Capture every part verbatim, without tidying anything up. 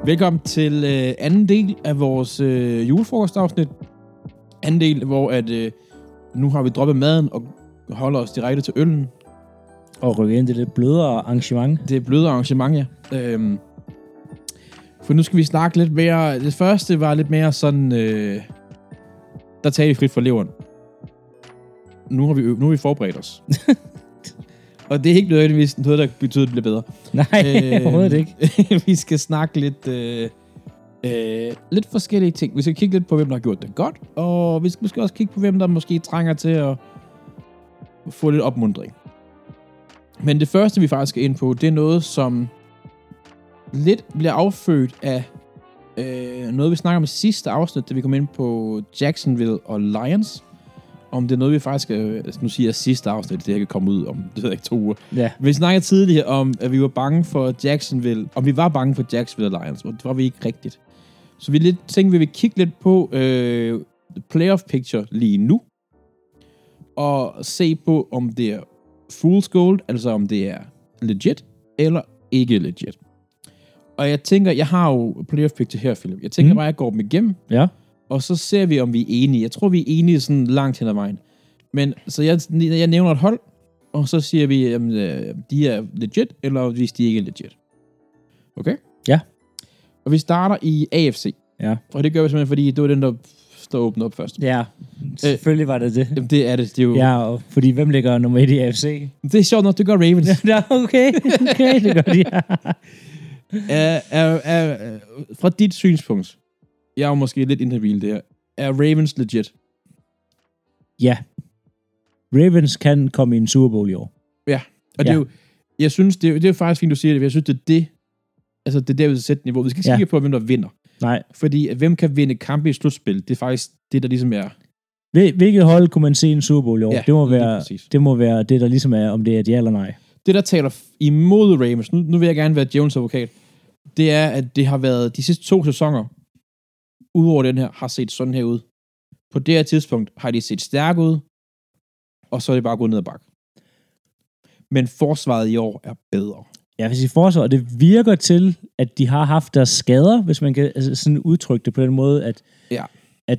Velkommen til øh, anden del af vores øh, julefrokostafsnit. Anden del, hvor at, øh, nu har vi droppet maden og holder os direkte til øllen. Og rykke ind til det blødere arrangement. Det er blødere arrangement, ja. Øhm, for nu skal vi snakke lidt mere. Det første var lidt mere sådan, øh, der tager vi frit fra leveren. Nu har vi, nu har vi forberedt os. Og det er ikke nødvendigvis noget, der betyder, at det bliver bedre. Nej, øh, overhovedet ikke. Vi skal snakke lidt, øh, øh, lidt forskellige ting. Vi skal kigge lidt på, hvem der har gjort det godt, og vi skal måske også kigge på, hvem der måske trænger til at få lidt opmuntring. Men det første, vi faktisk skal ind på, det er noget, som lidt bliver affødt af øh, noget, vi snakker om i sidste afsnit, da vi kom ind på Jacksonville og Lions. Om det er noget, vi faktisk, øh, nu siger jeg sidste afsnit, det her kan komme ud om, det ved jeg ikke, to uger. Ja. Vi snakkede tidligere om, at vi var bange for Jacksonville, om vi var bange for Jacksonville og Lions, og det var vi ikke rigtigt. Så vi lidt tænkte, vi vil kigge lidt på øh, playoff picture lige nu, og se på, om det er fool's gold, altså om det er legit, eller ikke legit. Og jeg tænker, jeg har jo playoff picture her, Philip. Jeg tænker mm. bare, at jeg går dem igennem. Ja. Og så ser vi, om vi er enige. Jeg tror, vi er enige sådan langt hen ad vejen. Men så jeg, jeg nævner et hold, og så siger vi, om de er legit, eller hvis de ikke er legit. Okay? Ja. Og vi starter i A F C. Ja. Og det gør vi simpelthen, fordi det var den, der, der åbnede op først. Ja, selvfølgelig var det det. Jamen, det er det. det er jo... Ja, og fordi hvem ligger nummer et i A F C? Det er sjovt nok, det gør Ravens. Ja, okay. Okay, det gør de, ja. er, er, er, fra dit synspunkt, jeg er jo måske lidt inhabil der. Er Ravens legit? Ja. Ravens kan komme i en Super Bowl i år. Ja. Og det ja. er jo, jeg synes, det er, det er faktisk fint, du siger det, jeg synes, det er det, altså det er der, vi skal sætte niveau. Vi skal ikke ja. kigge på, hvem der vinder. Nej. Fordi, hvem kan vinde kampe i slutspil? Det er faktisk det, der ligesom er... Hvilket hold kunne man se i en Super Bowl i år? Ja, det, må være, det må være det, der ligesom er, om det er et ja eller nej. Det, der taler imod Ravens, nu, nu vil jeg gerne være Jones advokat, det er, at det har været de sidste to sæsoner, udover den her, har set sådan her ud. På det her tidspunkt har de set stærke ud, og så er det bare gået ned ad bakke. Men forsvaret i år er bedre. Jeg vil sige forsvaret, det virker til, at de har haft deres skader, hvis man kan altså, sådan udtrykke det på den måde, at, ja. at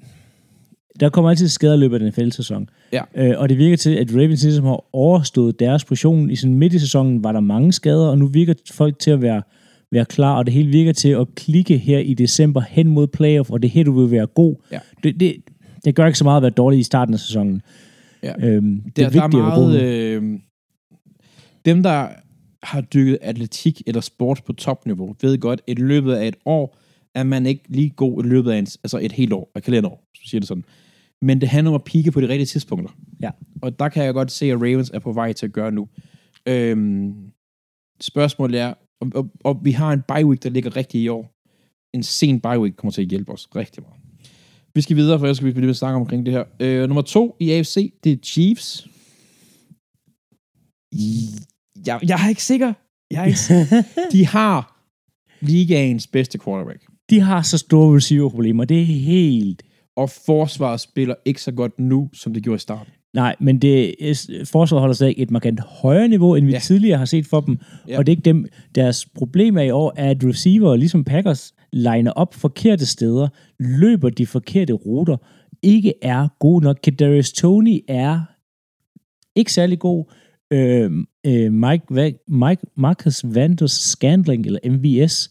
der kommer altid skader i løbet af den fældssæson. Ja. Øh, og det virker til, at Ravens ligesom har overstået deres position. I sådan midt i sæsonen var der mange skader, og nu virker folk til at være være klar, og det hele virker til at klikke her i december hen mod playoff, og det her, du vil være god. Ja. Det, det, det gør ikke så meget at være dårlig i starten af sæsonen. Ja. Øhm, det der, er vigtigt der er meget, at være øh, dem, der har dykket atletik eller sport på topniveau, ved godt, at i løbet af et år er man ikke lige god i løbet af en, altså et helt år, et kalenderår, så siger det sådan. Men det handler om at pike på de rigtige tidspunkter. Ja. Og der kan jeg godt se, at Ravens er på vej til at gøre nu. Øhm, spørgsmålet er, Og, og, og vi har en bye week, der ligger rigtigt i år. En sen bye week kommer til at hjælpe os rigtig meget. Vi skal videre, for jeg skal vi snakke omkring det her. Øh, nummer to i A F C, det er Chiefs. Jeg, jeg er ikke sikker. Jeg er ikke sikker. De har ligaens bedste quarterback. De har så store receiver-problemer. Det er helt... Og forsvaret spiller ikke så godt nu, som det gjorde i starten. Nej, men det, forsvaret holder stadig et markant højere niveau, end vi ja. tidligere har set for dem. Ja. Og det er ikke dem. Deres problem er i år, er, at receiver, ligesom Packers, liner op forkerte steder, løber de forkerte ruter, ikke er gode nok. Kadarius Toney er ikke særlig god. Øh, øh, Mike, Mike, Marcus Vanders Scandling, eller M V S,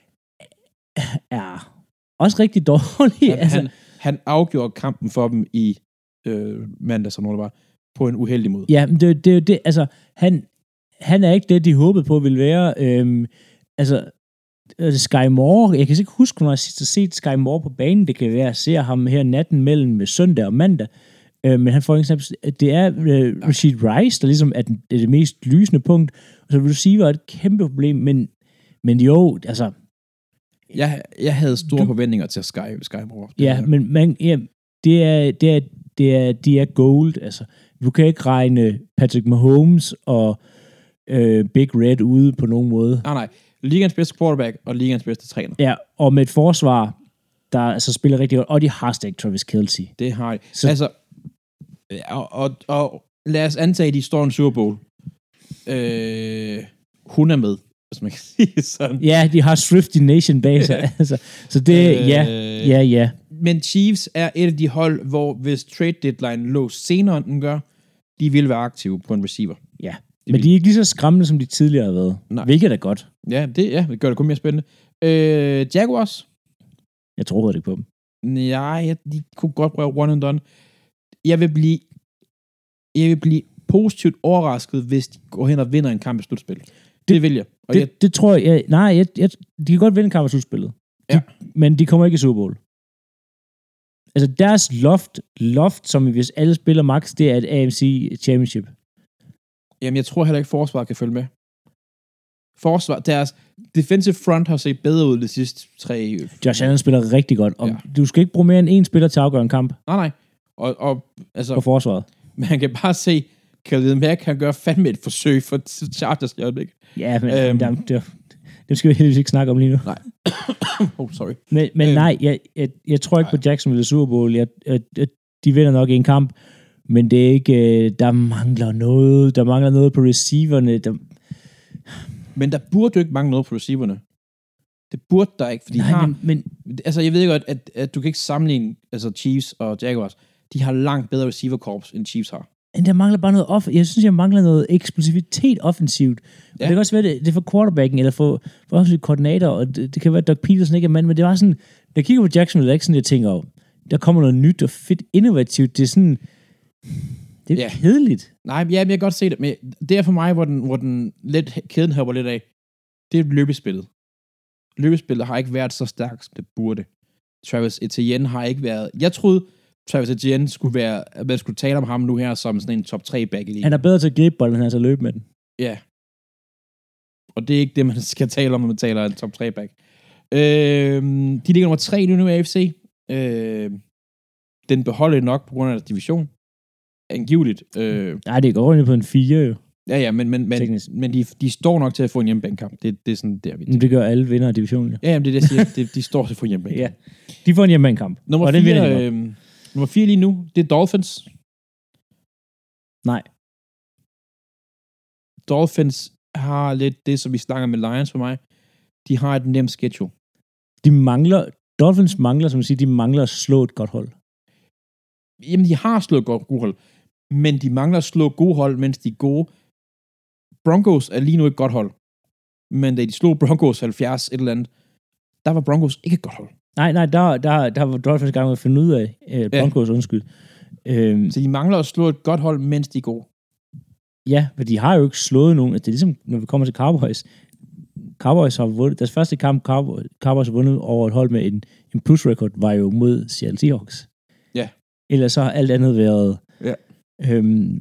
er også rigtig dårlig. Han, altså, han, han afgjorde kampen for dem i øh, mandag, som det var, på en uheldig måde. Ja, men det, det, det, altså, han, han er ikke det, de håbede på ville være. Øhm, altså, Sky Moore, jeg kan ikke huske, når jeg sidst har set Sky Moore på banen. Det kan være, at jeg ser ham her natten mellem søndag og mandag. Øh, men han får eksempel, det er øh, Rashid Rice, der ligesom er, den, er det mest lysende punkt. Og så receiver er et kæmpe problem, men, men jo, altså... Jeg, jeg havde store du, forventninger til Sky, Sky Moore. Ja, her. men man, ja, det er, det er, det er, de er gold. Altså, du kan ikke regne Patrick Mahomes og øh, Big Red ude på nogen måde. Nej, nej. Ligaens bedste quarterback og ligaens bedste træner. Ja, og med et forsvar, der altså spiller rigtig godt, og de har stadig Travis Kelce. Det har de. Så, altså, og, og, og lad os antage, at de står i en Super Bowl. Øh, hun er med. hvis man kan sige sådan. Ja, de har Swifty Nation bag sig. altså, så det, øh, ja, ja, ja. Men Chiefs er et af de hold, hvor hvis trade deadline lå senere, end den gør, de vil være aktive på en receiver. Ja, det men de er ikke lige så skræmmende, som de tidligere har været. Nej. Hvilket er godt. Ja, det, ja, det gør det kun mere spændende. Øh, Jaguars? Jeg tror ikke på dem. Nej, de kunne godt prøve one and done. Jeg vil blive, jeg vil blive positivt overrasket, hvis de går hen og vinder en kamp i slutspillet. Det, det vil jeg. Og det, jeg. det tror jeg. jeg nej, jeg, jeg, de kan godt vinde en kamp i slutspillet. De, ja. Men de kommer ikke i Super Bowl. Altså deres loft, loft, som hvis alle spiller max, det er et A F C Championship. Jamen, jeg tror heller ikke, forsvaret kan følge med. Forsvar, deres defensive front har set bedre ud de sidste tre... Josh Allen spiller rigtig godt, og ja. du skal ikke bruge mere end én spiller til at afgøre en kamp. Nej, nej. Og, og, altså, på forsvaret. Man kan bare se, Khalil Mack kan gøre fandme et forsøg for Chargers i øjeblikket. Ja, men øhm, der, der, det skal vi heldigvis ikke snakke om lige nu. Nej. oh, sorry. Men, men øhm, nej, jeg, jeg, jeg tror ikke nej. på Jacksonville i Super Bowl. Jeg, jeg, jeg, de vinder nok i en kamp, men det er ikke... Der mangler noget. Der mangler noget på receiverne. Der... Men der burde jo ikke mangle noget på receiverne. Det burde der ikke, fordi nej, de har... Men, men, altså, jeg ved godt, at, at du kan ikke sammenligne altså Chiefs og Jaguars. De har langt bedre receiver corps, end Chiefs har. Men der mangler bare noget off. Jeg synes, jeg mangler noget eksplosivitet offensivt. Ja. Det kan også være, det, det er for quarterbacken, eller for, for offensiv koordinator, og det, det kan være, at Doug Peterson ikke er mand, men det var sådan, når jeg kigger på Jacksonville, det er ikke sådan, jeg tænker, der kommer noget nyt og fedt innovativt. Det er sådan, det er ja. kedeligt. Nej, ja, jeg kan godt se det, men det er for mig, hvor den, hvor den lidt, kæden hopper lidt af, det er løbespillet. Løbespillet har ikke været så stærkt, som det burde. Travis Etienne har ikke været... Jeg troede, Travis Etienne skulle være... At man skulle tale om ham nu her som sådan en top tre back i ligaen. Han er bedre til at gribe bolden, end han er til at løbe med den. Ja. Og det er ikke det, man skal tale om, når man taler om en top tre back. Øh, de ligger nummer tre nu, nu i A F C. Øh, den beholder nok på grund af deres division. Angiveligt. Øh, Nej, det går ind på en fire jo. Ja, ja, men, men, men, men de, de står nok til at få en hjemmebanekamp. Det, det er sådan der, vi tænker. Det gør alle vinder af divisionen. Ja, ja jamen, det er det, jeg siger. De, de står til at få en hjemmebanekamp. Ja, de får en hjemmebanekamp. Nummer, fire, øh, nummer fire lige nu, det er Dolphins. Nej. Dolphins har lidt det, som vi snakker med Lions for mig. De har et nemt schedule. De mangler, Dolphins mangler, som man siger, de mangler at slå et godt hold. Jamen, de har slået et godt hold, men de mangler at slå gode hold, mens de er gode. Broncos er lige nu et godt hold. Men da de slog Broncos halvfjerds et eller andet, der var Broncos ikke et godt hold. Nej, nej, der, der, der var Dolphins gang med at finde ud af uh, Broncos, ja. undskyld. Øhm, Så de mangler at slå et godt hold, mens de er gode. Ja, for de har jo ikke slået nogen. Det er ligesom, når vi kommer til Cowboys. Cowboys har vundet, deres første kamp, Cowboys, Cowboys har vundet over et hold med en, en plus-record, var jo mod Seattle Seahawks. Ja. Ellers så har alt andet været... Ja. Øhm,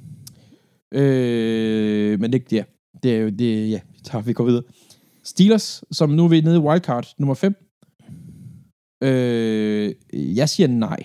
Øh, men det, ja, det er jo, det, ja, vi tager, vi går videre. Steelers, som nu er vi nede i wildcard, nummer fem. Øh, jeg siger nej.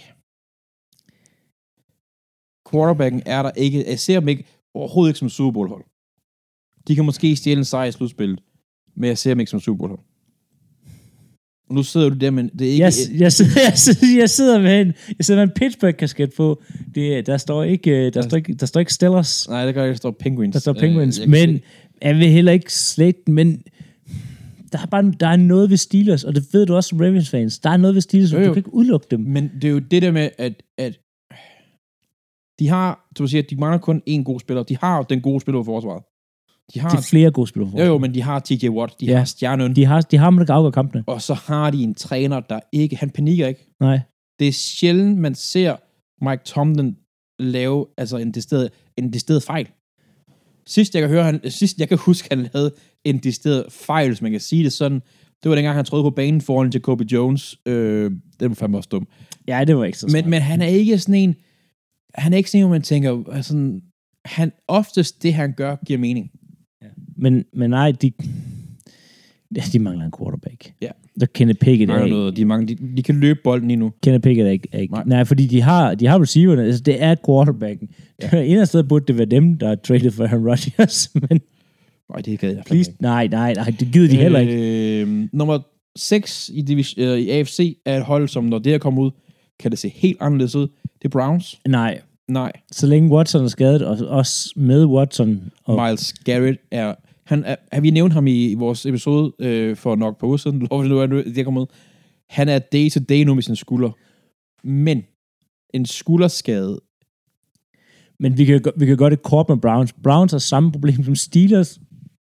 Quarterbacken er der ikke, jeg ser dem ikke, overhovedet ikke som Super Bowl hold. De kan måske stjæle en sejr i slutspillet, men jeg ser dem ikke som Super Bowl hold. Og nu sidder du der, men det er ikke... Jeg, jeg, sidder, jeg, sidder, jeg sidder med en, jeg sidder med en Pittsburgh-kasket på. Det, der, står ikke, der, står ikke, der står ikke Steelers. Nej, det gør ikke, der står Penguins. Der står Penguins, øh, jeg men se. Jeg vil heller ikke slet, men der er, bare, der er noget ved Steelers, og det ved du også som Ravens-fans. Der er noget ved Steelers, og du kan ikke udelukke dem. Men det er jo det der med, at, at de har, du siger, de mangler kun én god spiller. De har jo den gode spiller på forsvaret. De har de flere gode spillere. Jo, jo, men de har T J Watt, de ja. har stjernen. De har, de har man, der afgør kampene. Og så har de en træner, der ikke, han panikker ikke. Nej. Det er sjældent, man ser Mike Tomlin lave altså en decideret, en decideret fejl. Sidst jeg kan høre, han, sidst jeg kan huske, han havde en decideret fejl, hvis man kan sige det sådan. Det var dengang, han trådte på banen foran Jacoby Jones. Øh, det var fandme også dum. Ja, det var ikke så smart. Men, men han er ikke sådan en, han er ikke sådan en, hvor man tænker, altså, han, oftest det, han gør, giver mening. Ja. Men, men nej, de, de mangler en quarterback. Ja. Der Kenny Pickett er ikke. Noget. De, mangler, de, de kan løbe bolden lige nu. Kenny Pickett er ikke. Er ikke. Nej. nej, fordi de har, de har receiverne. Altså, det er quarterbacken. Ja. En af steder burde det være dem, der er traded for Aaron Rodgers. Men nej, det gad jeg. Please, nej, nej, nej, det gider de heller ikke. Øh, nummer seks i, division, øh, i A F C er et hold, som når det her kommer ud, kan det se helt anderledes ud. Det er Browns. Nej. Nej. Så længe Watson er skadet, og også med Watson. Og Myles Garrett er Han er, har vi nævnt ham i, i vores episode øh, for nok på uger siden, lover det nu, er det kommer ud. Han er day-to-day nu med sin skulder. Men en skulderskade. Men vi kan, vi kan gøre det kort med Browns. Browns har samme problem som Steelers.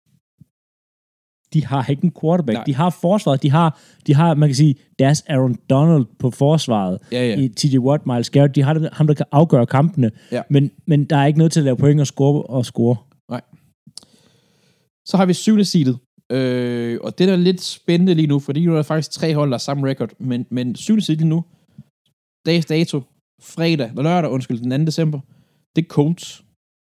De har ikke en quarterback. Nej. De har forsvaret. De har, de har, man kan sige, deres Aaron Donald på forsvaret. Ja, ja. I T J Watt, Myles Garrett. De har ham, der kan afgøre kampene. Ja. Men, men der er ikke noget til at lave point og score. Og score. Nej. Så har vi syvende seedet. Øh, og det er lidt spændende lige nu, fordi nu er der faktisk tre hold, der er samme record. Men, men syvende seedet lige nu, dags dato, fredag, lørdag, undskyld, den anden december, det er Colts.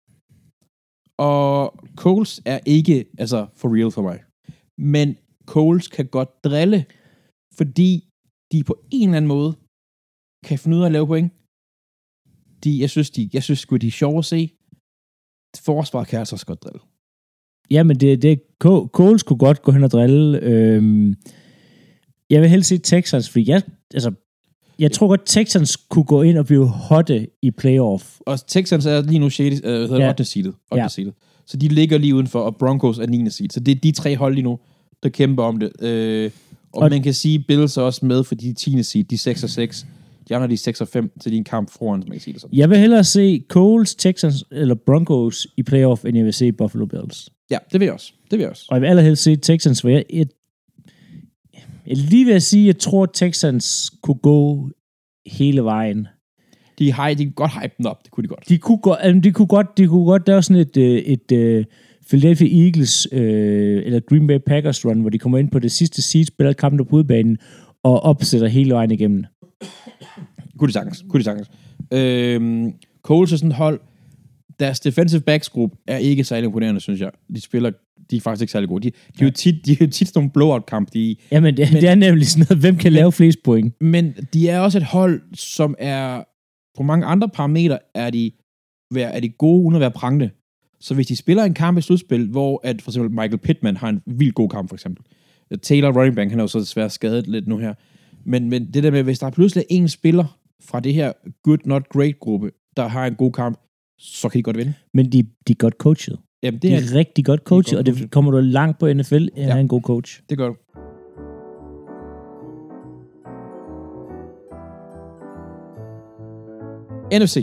Og Colts er ikke, altså, for real for mig. Men Colts kan godt drille, fordi de på en eller anden måde kan finde ud af at lave point. De, jeg synes, de, jeg synes sgu, de er sjove at se. Forsvaret kan altså også godt drille. Ja, men det, det Colts kunne godt gå hen og drille. Øhm, jeg vil helst se Texans, fordi jeg, altså, jeg tror godt, Texans kunne gå ind og blive hotte i playoff. Og Texans er lige nu sjette, øh, hedder ja. ottende seedet. Ja. Så de ligger lige udenfor, og Broncos er niende seed. Så det er de tre hold lige nu, der kæmper om det. Øh, og, og man kan sige, Bills er også med, for de er tiende seed, de er seks og seks. De andre de er seks og fem, til din kamp foran, man kan sige det sådan. Jeg vil hellere se Colts, Texans eller Broncos i playoff, end jeg vil se Buffalo Bills. Ja, det vil jeg også. Det vil jeg også. Og jeg vil allerhelst se Texans, for jeg, jeg, jeg lige vil sige, at jeg tror, at Texans kunne gå hele vejen. De, high, de kunne godt hype den op, det kunne de godt. De kunne godt, altså, de kunne godt, de kunne godt, der er sådan et, et, et Philadelphia Eagles øh, eller Green Bay Packers run, hvor de kommer ind på det sidste seed, spiller kampen på udebanen og opsætter hele vejen igennem. Kunne de sagtens, kunne de sagtens. Øhm, Coles er sådan et hold, deres defensive backs group er ikke særlig imponerende, synes jeg. De spiller, de er faktisk ikke særlig gode. De, de, ja. er, jo tit, de er jo tit sådan nogle blowout-kamp. De, Jamen, det, men, det er nemlig sådan noget, hvem kan men, lave flest point. Men de er også et hold, som er, på mange andre parametre, er de, er de gode, uden at være prangende. Så hvis de spiller en kamp i slutspil, hvor at for eksempel Michael Pittman har en vildt god kamp, for eksempel. Taylor running back, han er jo så desværre skadet lidt nu her. Men, men det der med, hvis der er pludselig en spiller fra det her good, not great-gruppe, der har en god kamp, så kan de godt vinde. Men de, de er godt coachet. Jamen, det de er, er rigtig godt coachet, og det coachet. Kommer du langt på N F L, at ja. have en god coach. Det gør du. N F C.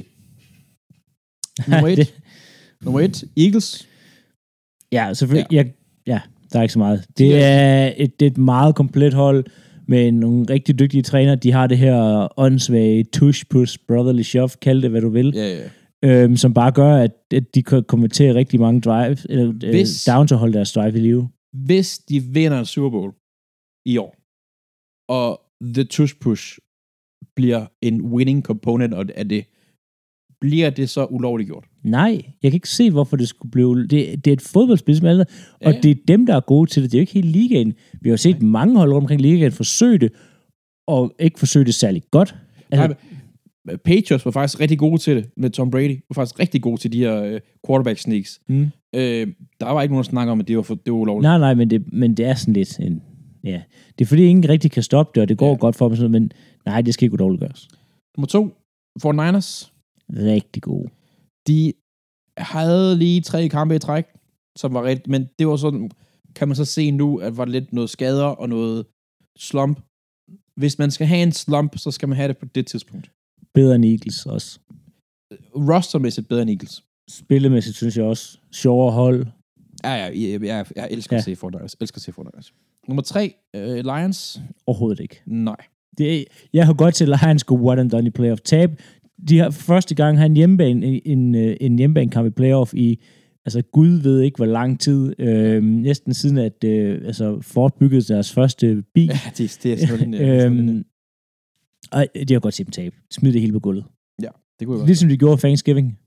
Nummer et. Nummer et. Eagles. Ja, selvfølgelig. Ja. Ja, ja, der er ikke så meget. Det er et, det er et meget komplet hold med nogle rigtig dygtige træner. De har det her åndssvage tush-push, brotherly shove, kald det, hvad du vil. Ja, ja. Øhm, som bare gør, at, at de kan konvertere rigtig mange drive, eller hvis, øh, down til at holde deres drive i live. Hvis de vinder en Super Bowl i år, og the tush-push bliver en winning component af det, bliver det så ulovligt gjort? Nej, jeg kan ikke se, hvorfor det skulle blive... Det, det er et fodboldspil som alle, og ja, ja. det er dem, der er gode til det. Det er jo ikke hele ligaen. Vi har jo set Nej. mange hold omkring ligaen forsøge det, og ikke forsøge det særlig godt. Altså, Nej, Patriots var faktisk rigtig gode til det med Tom Brady. Var faktisk rigtig gode til de her uh, quarterback sneaks. Mm. Øh, der var ikke nogen, der snakker om, at det var, for, det var ulovligt. Nej, nej, men det, men det er sådan lidt... En, ja. Det er fordi, ingen rigtig kan stoppe det, og det går ja. godt for dem, men nej, det skal ikke ulovligt gøres. Nummer to, forty-niners. Rigtig gode. De havde lige tre kampe i træk, som var rigtigt, men det var sådan, kan man så se nu, at var det lidt noget skader og noget slump. Hvis man skal have en slump, så skal man have det på det tidspunkt. Bedre end Eagles også. Rostermæssigt bedre end Eagles. Spillemæssigt synes jeg også. Sjovere hold. Ja, ja, jeg, jeg, jeg elsker ja. at se forty-niners. Elsker at se forty-niners. Nummer tre, uh, Lions. Overhovedet ikke. Nej. Det, jeg har godt til Lions gå one and done i playoff. Tab. De har første gang har en hjemmebane, en, en, en hjemmebanekamp i playoff i, altså Gud ved ikke hvor lang tid, øh, næsten siden at øh, altså Ford byggede deres første bil. Ja, det, det er sådan en... øhm, og de har godt set dem tabe. Smid det hele på gulvet. Ja, det kunne jeg godt. Ligesom de gjorde Thanksgiving.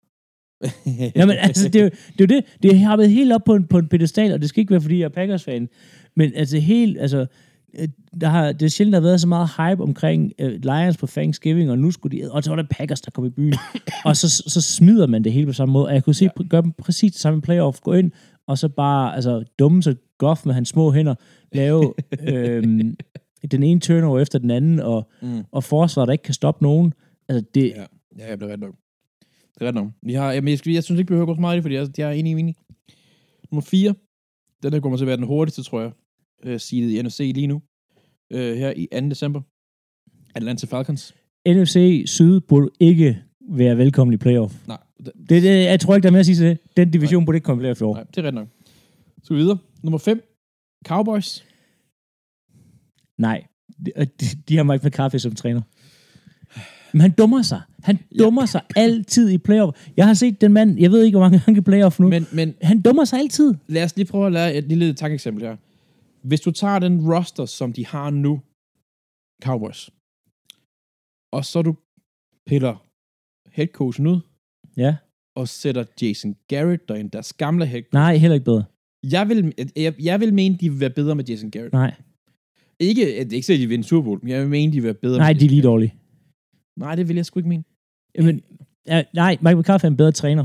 Jamen altså, det er jo det. Er det, det har været helt op på en, på en pedestal, og det skal ikke være, fordi jeg er Packers-fan. Men altså helt, altså... Der har, det er sjældent, der har været så meget hype omkring uh, Lions på Thanksgiving, og nu skulle de, og så var der Packers, der kom i byen. og så, så smider man det hele på samme måde. Og jeg kunne se, ja. gøre dem præcis det samme playoff, gå ind, og så bare, altså, dumme sig Goff med hans små hænder, lave øhm, den ene turnover efter den anden, og, mm. og forsvar, der ikke kan stoppe nogen. Altså, det... Ja, ja jeg bliver ret nok. Det er ret nok. Vi har, jamen, jeg, jeg synes ikke, vi behøver gå så meget i det, fordi jeg, jeg er enig i enig. Nummer fire, Den her kommer til at være den hurtigste, tror jeg, øh, seedet i N F C lige nu. Øh, her i anden december. Atlanta Falcons. N F C Syd burde ikke være velkommen i playoff. Nej. Det, det, jeg tror ikke, der er mere at sige til det. Den division nej. burde ikke komme i playoff i år. Nej, det er ret nok. Så vi videre. Nummer fem. Cowboys. Nej. De, de, de har Mike McCarthy som træner. Men han dummer sig. Han dummer ja. sig altid i playoff. Jeg har set den mand, jeg ved ikke, hvor mange gange i playoff nu. Men, men han dummer sig altid. Lad os lige prøve at lave et lille tankeeksempel her. Hvis du tager den roster, som de har nu, Cowboys, og så du piller headcoachen ud, ja. og sætter Jason Garrett derind, deres gamle headcoach. Nej, heller ikke bedre. Jeg vil, jeg, jeg vil mene, de vil være bedre med Jason Garrett. Nej. Ikke, ikke så, at de vinder Super Bowl, men jeg vil mene, de vil være bedre. Nej, de er lige dårlige. Nej, det vil jeg sgu ikke mene. Jamen, ja, nej, Mike McCarthy er en bedre træner.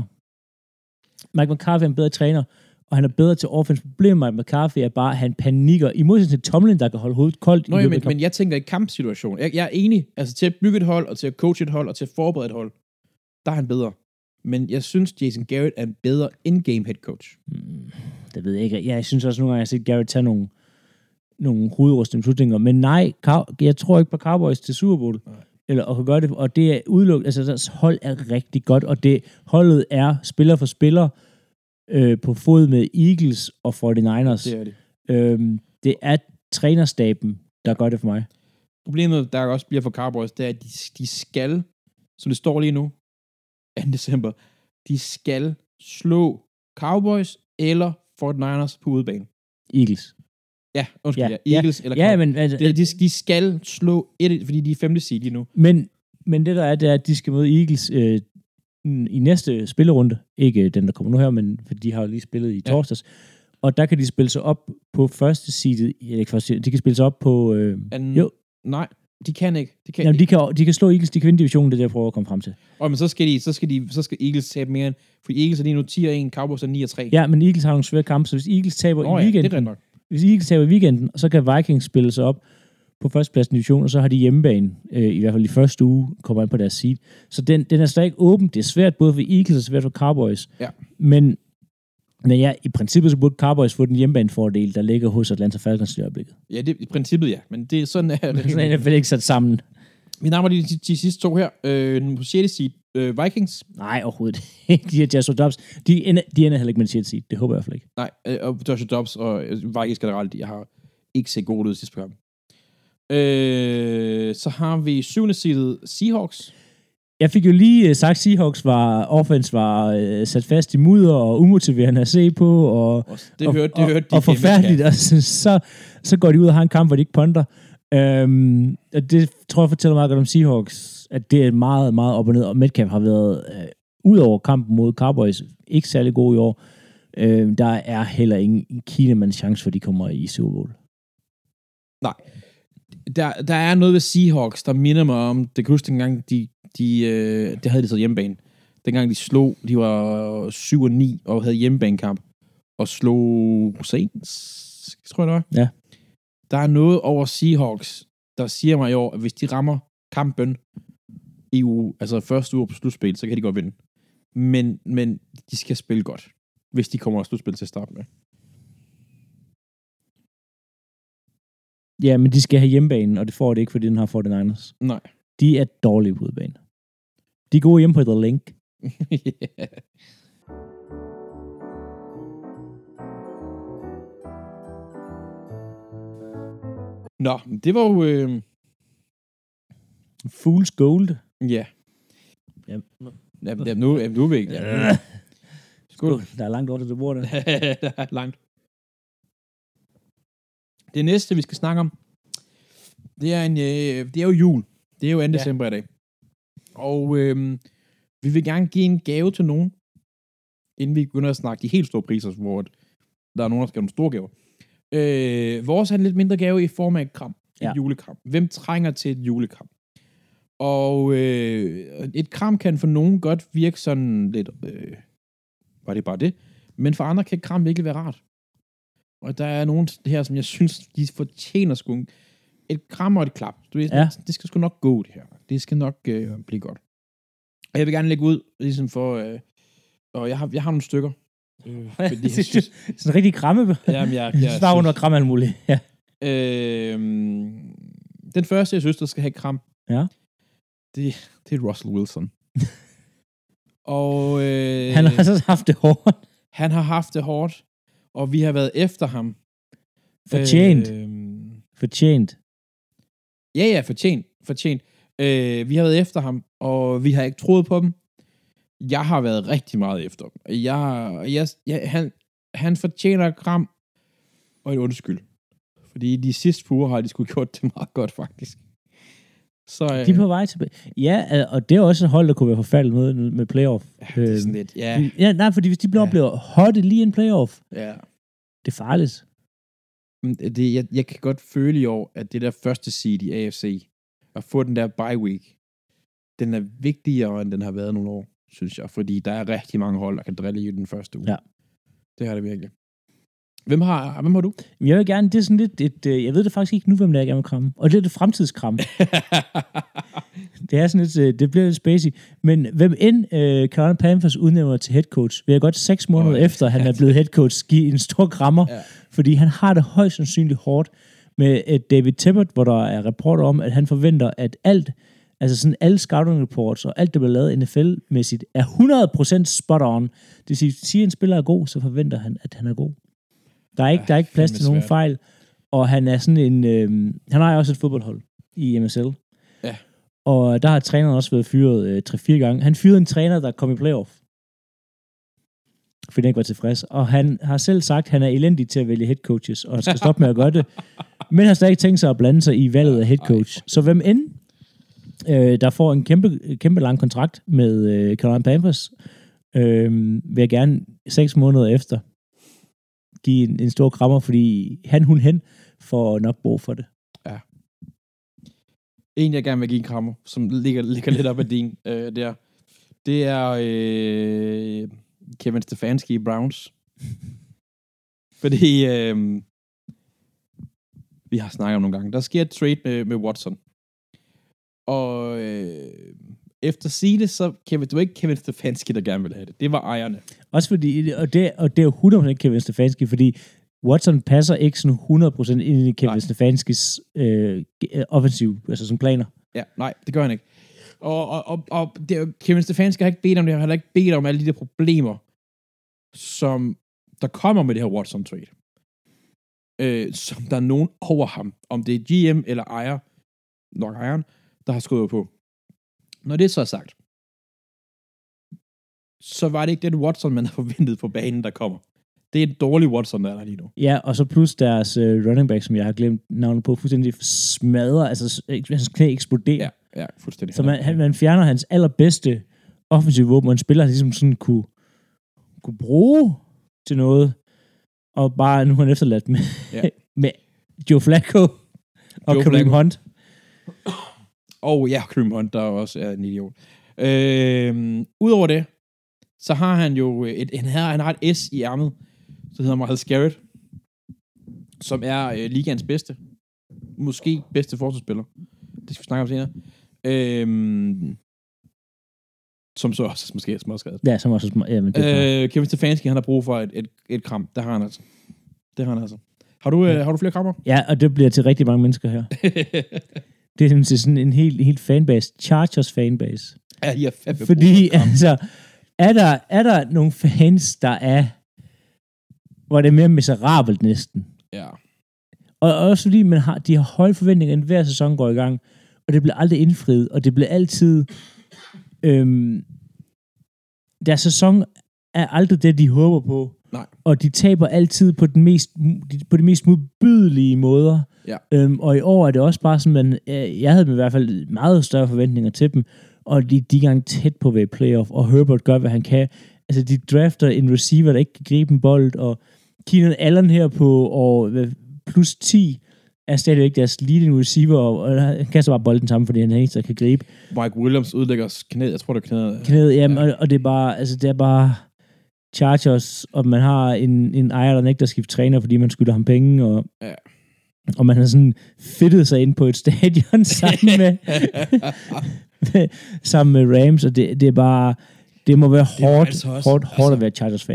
Mike McCarthy er en bedre træner, og han er bedre til offense. Problemet med Mike McCarthy er bare, at han panikker. I modsætning til Tomlin, der kan holde hovedet koldt. Nå, i men, men jeg tænker i kampsituation. Jeg, jeg er enig. Altså til at bygge et hold, og til at coache et hold, og til at forberede et hold, der er han bedre. Men jeg synes, Jason Garrett er en bedre in-game head coach. Mm, det ved jeg ikke. Jeg synes også nogle gange, jeg har set Garrett tage nogle, nogle hovedrustende beslutninger. Men nej, jeg tror ikke på Cowboys til Super Bowl. Nej. Eller at kunne gøre det, og det er udelukket, altså deres hold er rigtig godt, og det holdet er spiller for spiller øh, på fod med Eagles og forty-niners. Det er det. Øhm, det er trænerstaben, der gør det for mig. Problemet, der også bliver for Cowboys, det er, at de, de skal, som det står lige nu, anden december, de skal slå Cowboys eller forty-niners på udebane. Eagles. Ja, undskyld, ja. ja. Eagles ja. eller ja, men, altså, de, de, de skal slå et, fordi de er femte seed lige nu. Men, men det der er, det er, at de skal møde Eagles øh, i næste spillerunde. Ikke den, der kommer nu her, men for de har jo lige spillet i torsdags. Ja. Og der kan de spille sig op på første seedet. Eller ikke første seedet, de kan spille sig op på... Øh, An, jo. Nej, de kan ikke. De kan, Jamen, de kan, de kan slå Eagles, de kan vinde divisionen, det er det, jeg prøver at komme frem til. Og men så skal de, så skal de, så skal Eagles tabe mere end, for Eagles er lige nu ti og en, Cowboys er ni og tre. Ja, men Eagles har nogle svære kampe, så hvis Eagles taber oh, i weekenden, ja, det er nok. Hvis Eagles taber i weekenden, så kan Vikings spille sig op på førstepladsen i divisionen, og så har de hjemmebane, øh, i hvert fald i første uge, kommer ind på deres seed. Så den, den er stadig åben. Det er svært både for Eagles og svært for Cowboys. Ja. Men, men ja, i princippet så burde Cowboys få den hjemmebanefordel, der ligger hos Atlanta Falcons i øjeblikket. Ja, det, i princippet ja, men det er sådan... Er det sådan er det ikke sat sammen. Vi nærmer de, de, de sidste to her. Øh, på sjette seed, øh, Vikings. Nej, overhovedet ikke. De er Joshua Dobbs. De ender, de ender heller ikke med en sjette seed. Det håber jeg i hvert fald ikke. Nej, øh, og Joshua Dobbs og Vikings generelt, jeg har ikke set godt ud i sidste program. Øh, så har vi syvende seedet Seahawks. Jeg fik jo lige uh, sagt, Seahawks var, offense var uh, sat fast i mudder og umotiverende at se på, og, og det hørte, det hørte og, de og forfærdeligt, og så, så, så går de ud og har en kamp, hvor de ikke punter. Um, og det tror jeg fortæller meget godt om Seahawks, at det er meget, meget op og ned, og Metcalf har været, uh, ud over kampen mod Cowboys, ikke særlig god i år. Uh, der er heller ingen Keeneman's chance for, at de kommer i Super Bowl. Nej. Der, der er noget ved Seahawks, der minder mig om, det kan huske dengang, de, de, øh, det havde de så hjemmebane. Dengang de slog, de var syv og ni og havde hjemmebanekamp, og slog Saints, tror jeg det var. Ja. Der er noget over Seahawks, der siger mig i år, at hvis de rammer kampen i uge, altså første uge på slutspil, så kan de godt vinde. Men, men de skal spille godt, hvis de kommer til slutspil til at starte med. Ja, men de skal have hjemmebanen, og det får det ikke, fordi den har forty-niners. Nej. De er dårlige på udebane. De er gode hjemme på The Link. yeah. Nå, det var jo... Øh... Fool's Gold. Ja. Ja, ja, nu, ja, nu er vi ikke. Ja. Skål. Der er langt over til det bord der. Der er langt. Det næste, vi skal snakke om, det er, en, øh, det er jo jul. Det er jo anden ja. december i dag. Og øh, vi vil gerne give en gave til nogen, inden vi begynder at snakke de helt store priser, hvor der er nogen, der skal have nogle store gaver. Øh, vores er en lidt mindre gave i form af et kram. Et ja. julekram. Hvem trænger til et julekram? Og øh, et kram kan for nogen godt virke sådan lidt... Øh, var det bare det? Men for andre kan et kram virkelig være rart. Og der er nogen her, som jeg synes, de fortjener sgu et kram og et klap. Du ved, ja. Det skal sgu nok gå, det her. Det skal nok øh, blive godt. Og jeg vil gerne lægge ud, ligesom for... Øh, og jeg har, jeg har nogle stykker. Øh, fordi jeg synes... Sådan en rigtig kramme. Jamen, jeg, jeg, jeg svarer under kramme alt muligt. Ja. Øh, den første, jeg synes, der skal have kram, ja. det, det er Russell Wilson. Og... Øh, han har så haft det hårdt. Han har haft det hårdt, og vi har været efter ham. Fortjent. Øh, fortjent. Ja, ja, fortjent. Fortjent. Øh, vi har været efter ham, og vi har ikke troet på dem. Jeg har været rigtig meget efter dem. Jeg, jeg, jeg, han, han fortjener et kram og en undskyld. Fordi de sidste uger har de sgu gjort det meget godt, faktisk. Så, øh, de er på vej tilbage. Ja, og det er også et hold, der kunne være forfaldet med, med playoff. Ja, det er sådan lidt, ja. ja. Nej, fordi hvis de bliver ja. oplever hotte lige en playoff, ja. det er farligt. Det, jeg, jeg kan godt føle i år, at det der første seed i A F C, at få den der bye week, den er vigtigere, end den har været nogle år, synes jeg. Fordi der er rigtig mange hold, der kan drille i den første uge. Ja. Det har det virkelig. Hvem har, hvem har du? Jeg vil gerne, det er sådan lidt, et, jeg ved det faktisk ikke nu, hvem det er, jeg gerne vil kramme. Og det er det fremtidskram. det er sådan lidt, det bliver lidt spacey. Men hvem end uh, Carolina Panthers udnævner til head coach, vil jeg godt seks måneder oh, efter, han er blevet head coach, give en stor krammer. Ja. Fordi han har det højst sandsynligt hårdt med et David Tebbutt, hvor der er rapporter om, at han forventer, at alt, altså sådan alle scouting reports og alt, der bliver lavet N F L-mæssigt, er hundrede procent spot on. Det vil sige, at siger en spiller er god, så forventer han, at han er god. Der er ikke, der er ikke plads til nogen fejl, og han er sådan en, øh, han har jo også et fodboldhold i M S L. Ja. Og der har træneren også været fyret øh, tre-fire gange. Han fyrede en træner, der kom i playoff, fordi han ikke var tilfreds. Og han har selv sagt, at han er elendig til at vælge head coaches, og skal stoppe med at gøre det. Men har stadig tænkt sig at blande sig i valget af head coach. Så hvem end, øh, der får en kæmpe, kæmpe lang kontrakt med øh, Carolina Panthers, øh, vil jeg gerne seks måneder efter give en, en stor krammer, fordi han, hun, hen får nok brug for det. Ja. En, jeg gerne vil give en krammer, som ligger, ligger lidt op ad din, øh, der, det er øh, Kevin Stefanski i Browns. Fordi øh, vi har snakket om nogle gange. Der sker et trade med, med Watson. Og øh, efter sige så Kevin, det var ikke Kevin Stefanski, der gerne ville have det. Det var ejerne. Også fordi, og det, og det er jo hundrede procent Kevin Stefanski, fordi Watson passer ikke sådan hundrede procent ind i Kevin nej. Stefanskis øh, offensiv, altså som planer. Ja, nej, det gør han ikke. Og, og, og, og det, Kevin Stefanski har ikke bedt om det, han har heller ikke bedt om alle de der problemer, som der kommer med det her Watson-trade. Øh, som der er nogen over ham, om det er G M eller ejer, nok ejeren, der har skrevet på. Når det så er sagt, så var det ikke den Watson, man havde forventet på banen, der kommer. Det er en dårlig Watson, der er der lige nu. Ja, og så plus deres uh, running back, som jeg har glemt navnet på, fuldstændig smadrer, altså hans knæ eksploderer. Ja, ja, fuldstændig. Så man, han, man fjerner hans allerbedste offensive våben, og en spiller, ligesom sådan kunne, kunne bruge til noget, og bare nu er han efterladt med, ja. med Joe Flacco og Kareem Hunt. Og ja, Kareem Hunt, der også er en idiot. Øh, Udover det, så har han jo et, han har, han har et S i ærmet, så hedder Myles Garrett, som er øh, ligaens bedste. Måske bedste forsvarsspiller. Det skal vi snakke om senere. Øh, som så også måske er småskadet. Ja, som også er småskadet. Ja, men det øh, Kevin Stefanski, han har brug for et, et, et kram. Det har han altså. Det har han altså. Har du, ja. øh, har du flere krammer? Ja, og det bliver til rigtig mange mennesker her. Det er sådan en helt, helt fanbase. Chargers fanbase. Ja, ja, fandme. Fordi, altså, er der, er der nogle fans, der er, hvor det er mere miserabelt næsten. Ja. Og også fordi, man har, de har høje forventninger, inden hver sæson går i gang, og det bliver aldrig indfriet, og det bliver altid, øhm, deres sæson er aldrig det, de håber på. Nej. Og de taber altid på, den mest, på de mest modbydelige måder. Ja. Øhm, og i år er det også bare sådan, at øh, jeg havde i hvert fald meget større forventninger til dem, og de, de er gang tæt på ved playoff, og Herbert gør, hvad han kan. Altså, de drafter en receiver, der ikke kan gribe en bold, og Keenan Allen her på år plus ti er stadigvæk deres leading receiver, og han kaster bare bolden sammen, fordi han er eneste, der kan gribe. Mike Williams udlægger knæet, jeg tror, det er knæet. Knæet, jamen, ja. og, og det er bare, altså, det er bare Chargers, og man har en, en ejer, der nægter at skifte træner, fordi man skylder ham penge, og, ja. og man har sådan fedtet sig ind på et stadion sammen med, med sammen med Rams, og det, det er bare, det må være hårdt, hårdt, hårdt altså, at være Chargers-fan.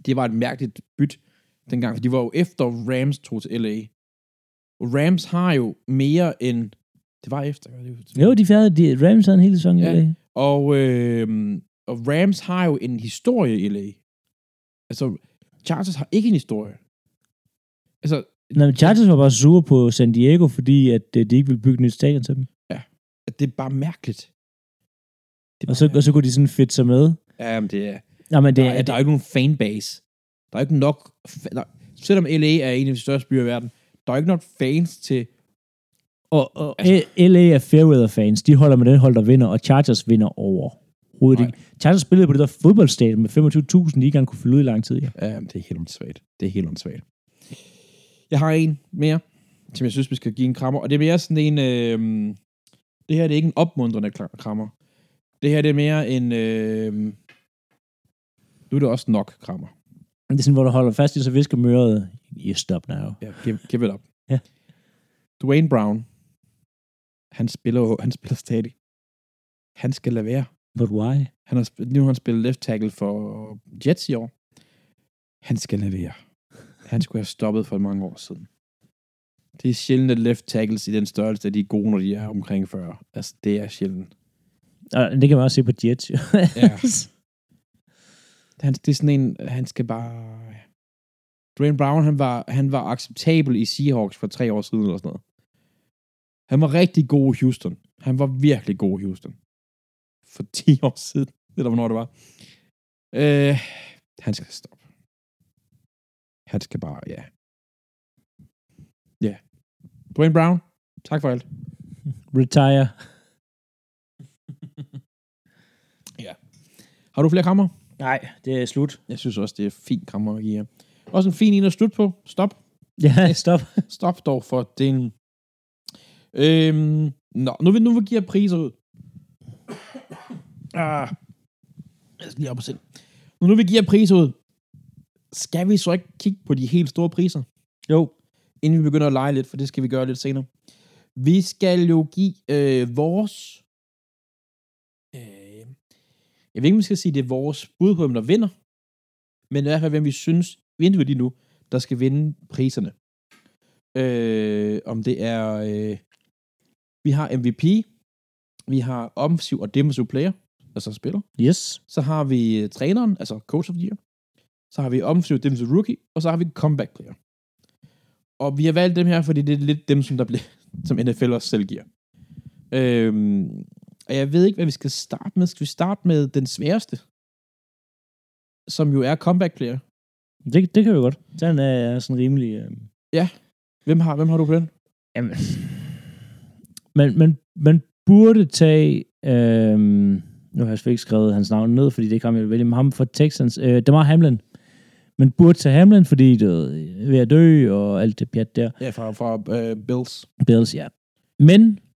det var et mærkeligt byt dengang, for de var jo efter Rams tog til L A. Og Rams har jo mere end... Det var efter. Jo, de færdige. De, Rams havde en hel sæson i ja. L A. Og, øh, og Rams har jo en historie i L A. Altså, Chargers har ikke en historie. Altså... Nej, men Chargers var bare sure på San Diego, fordi at øh, de ikke ville bygge et nyt stadion til dem. Ja, at det er bare mærkeligt. Det er og, så, og så kunne de sådan fedt sig med. Ja, men det er... Ja, men det, der, er, det, der er ikke nogen fanbase. Der er ikke nok... Der, selvom L A er en af de største byer i verden, der er ikke nok fans til... Og, og altså, L A er fairweather fans. De holder med den hold, der vinder, og Chargers vinder overhovedet ikke. Chargers spillede på det der fodboldstadion med femogtyve tusind, de ikke engang kunne fylde ud i lang tid. Ja, ja det er helt åndssvagt. Det er helt åndssvagt. Jeg har en mere, som jeg synes, vi skal give en krammer. Og det er mere sådan en... Øh, det her det er ikke en opmuntrende krammer. Det her det er mere en... Øh, nu er det også nok krammer. Det er sådan, hvor du holder fast i, så visker møret. You stop now. Ja, give, give it up. Ja. Dwayne Brown. Han spiller, han spiller stadig. Han skal lade være. But why? Han har, nu har han spillet left tackle for Jets i år. Han skal lade være. Han skulle have stoppet for mange år siden. Det er sjældent, at left tackles i den størrelse, at de er gode, når de er omkring fyrre. Altså, det er sjældent. Og det kan man også se på Jets, jo. Ja. Han, det er sådan en, han skal bare... Dwayne Brown, han var, han var acceptabel i Seahawks for tre år siden, eller sådan noget. Han var rigtig god i Houston. Han var virkelig god i Houston. For ti år siden. Ved du, hvornår det var? Øh, han skal stoppe. Han skal bare, ja. Ja. Dwayne Brown, tak for alt. Retire. Ja. Har du flere krammer? Nej, det er slut. Jeg synes også, det er fint krammer at give jer. Også en fin en at slutte på. Stop. Ja, stop. Stop dog for den. Øhm, nå, nu vil nu vil give jer priser ud. Ah. Jeg skal lige op og se. Nu nu vil give jer priser ud. Skal vi så ikke kigge på de helt store priser? Jo. Inden vi begynder at lege lidt, for det skal vi gøre lidt senere. Vi skal jo give øh, vores... Øh, jeg ved ikke, om vi skal sige, det er vores bud på, hvem der vinder. Men i hvert fald, hvem vi synes, vinder vi lige nu, der skal vinde priserne. Øh, om det er... Øh, vi har M V P. Vi har offensiv og defensiv player, altså spiller. Yes. Så har vi uh, træneren, altså coach of the year. Så har vi offensiv og defensiv rookie. Og så har vi comeback player. Og vi har valgt dem her, fordi det er lidt dem, som, der bliver, som N F L også selv giver. Øhm, og jeg ved ikke, hvad vi skal starte med. Skal vi starte med den sværeste? Som jo er comeback player. Det, det kan vi godt. Den er sådan rimelig... Øh... Ja. Hvem har, hvem har du på den? Jamen... Man, man, man burde tage... Øh... Nu har jeg selvfølgelig ikke skrevet hans navn ned, fordi det kan jeg vælge med ham for Texans. Øh, Damar Hamlin. Man burde tage Hamlin, fordi det er ved at dø, og alt det pjat der. Ja, fra, fra uh, Bills. Bills, ja. Men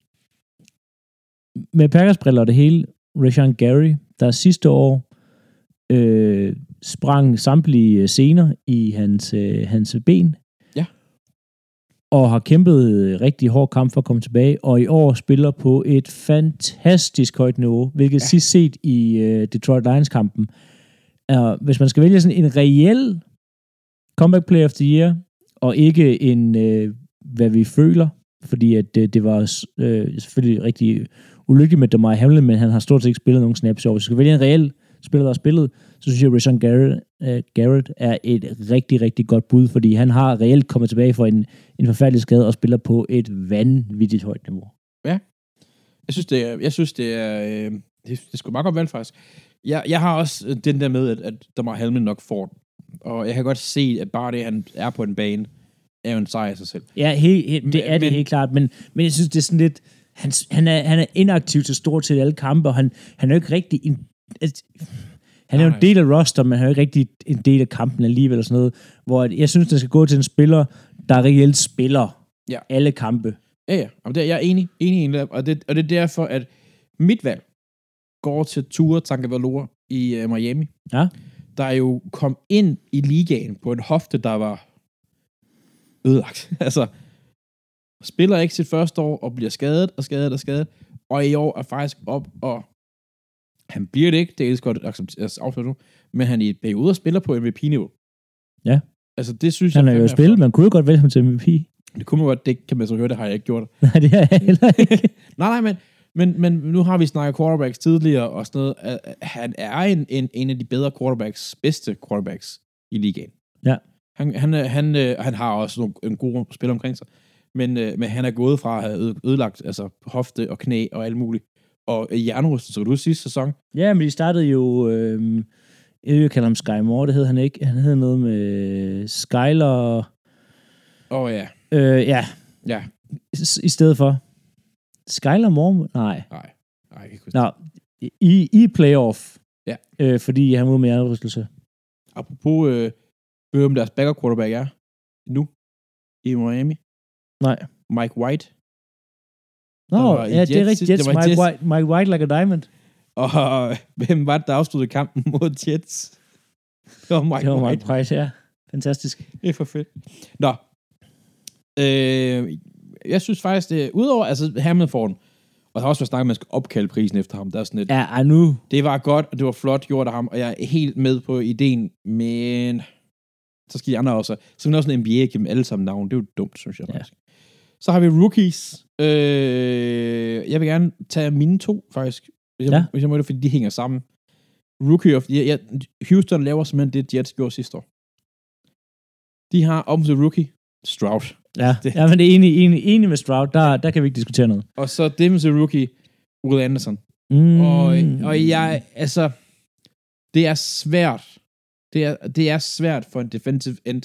med Packers briller det hele, Rashan Gary, der sidste år øh, sprang samtlige scener i hans, øh, hans ben. Ja. Og har kæmpet rigtig hård kamp for at komme tilbage, og i år spiller på et fantastisk højt niveau, hvilket ja. sidst set i øh, Detroit Lions-kampen. Uh, hvis man skal vælge sådan en reel comeback player of the year, og ikke en, øh, hvad vi føler, fordi at det, det var øh, selvfølgelig rigtig ulykkeligt med Damar Hamlin, men han har stort set ikke spillet nogen snaps i år. Hvis du skal vælge en reel spiller, der har spillet, så synes jeg, at Rashan Garrett, uh, Garrett er et rigtig, rigtig godt bud, fordi han har reelt kommet tilbage fra en, en forfærdelig skade og spiller på et vanvittigt højt niveau. Ja. Jeg synes, det er, jeg synes, det er, øh, det, det er sgu meget godt valgt, faktisk. Jeg, jeg har også den der med, at, at Damar Hamlin nok får den. Og jeg kan godt se, at bare det, han er på en bane, er jo en sejr i sig selv. Ja, he, he, det er men, det helt klart, men, men jeg synes, det er sådan lidt... Han, han, er, han er inaktiv til stort set alle kampe, og han, han er jo ikke rigtig... En, altså, han er jo en del af roster, men han er jo ikke rigtig en del af kampen alligevel, og sådan noget, hvor jeg synes, det skal gå til en spiller, der reelt spiller ja. alle kampe. Ja, ja. Og det, jeg er enig, enig, enig og, det, og det er derfor, at mit valg går til Tua Tagovailoa i uh, Miami. Ja. Der jo kom ind i ligaen på en hofte, der var ødelagt. altså, spiller ikke sit første år, og bliver skadet, og skadet, og skadet, og i år er faktisk op, og han bliver det ikke, det er godt afsluttet nu, men han i et periode spiller på M V P-niveau. Ja. Altså, det synes han jeg... Han er jo spillet, man kunne jo godt vælge ham til M V P. Det kunne man godt, det kan man så høre, det har jeg ikke gjort. Nej, det har jeg heller ikke. nej, nej, men, men, men nu har vi snakket quarterbacks tidligere, og sådan noget. Han er en, en, en af de bedre quarterbacks, bedste quarterbacks i ligaen. Ja. Han, han, han, han har også nogle, en god spil omkring sig, men, men han er gået fra at have ødelagt altså, hofte og knæ og alt muligt. Og hjernerystelser, så du sidste sæson? Ja, men de startede jo... Øh, jeg vil kalde ham Sky Moore, det hed han ikke. Han hed noget med Skyler... Åh oh, ja. Øh, ja. Ja. I, I stedet for... Skyler Moore? Nej. Nej. Nej, jeg kan ikke Nå, i, i playoff. Ja. Øh, fordi han var med hjernerystelse. Apropos... Øh, ved om deres backup quarterback er nu i Miami? Nej. Mike White. Nå, ja, det er rigtigt. Jets, Mike, Jets. White, Mike White like a diamond. Og hvem var det, der afsluttede kampen mod Jets? Det var Mike det var White. Mike Price, ja. Fantastisk. Det er for fedt. Nå. Øh, jeg synes faktisk, det udover, altså Hamilton, og der har også været snakket, at man skal opkalde prisen efter ham. Der er sådan et, ja, nu. Det var godt, og det var flot gjort af ham, og jeg er helt med på ideen, men så skal de andre også. Så kan man også en N B A give dem alle sammen navn. Det er jo dumt, synes jeg faktisk. Ja. Så har vi rookies. Øh, jeg vil gerne tage mine to, faktisk. Hvis jeg, ja. hvis jeg må det, fordi de hænger sammen. Rookie of... Ja, ja, Houston laver simpelthen det, Jets gjorde sidste år. De har offensive rookie, Stroud. Ja, det. Ja, men det er enig, enig, enig med Stroud. Der, der kan vi ikke diskutere noget. Og så defensive rookie, Will Anderson. Mm. Og, og jeg... Altså... Det er svært. Det er, det er svært for en defensive end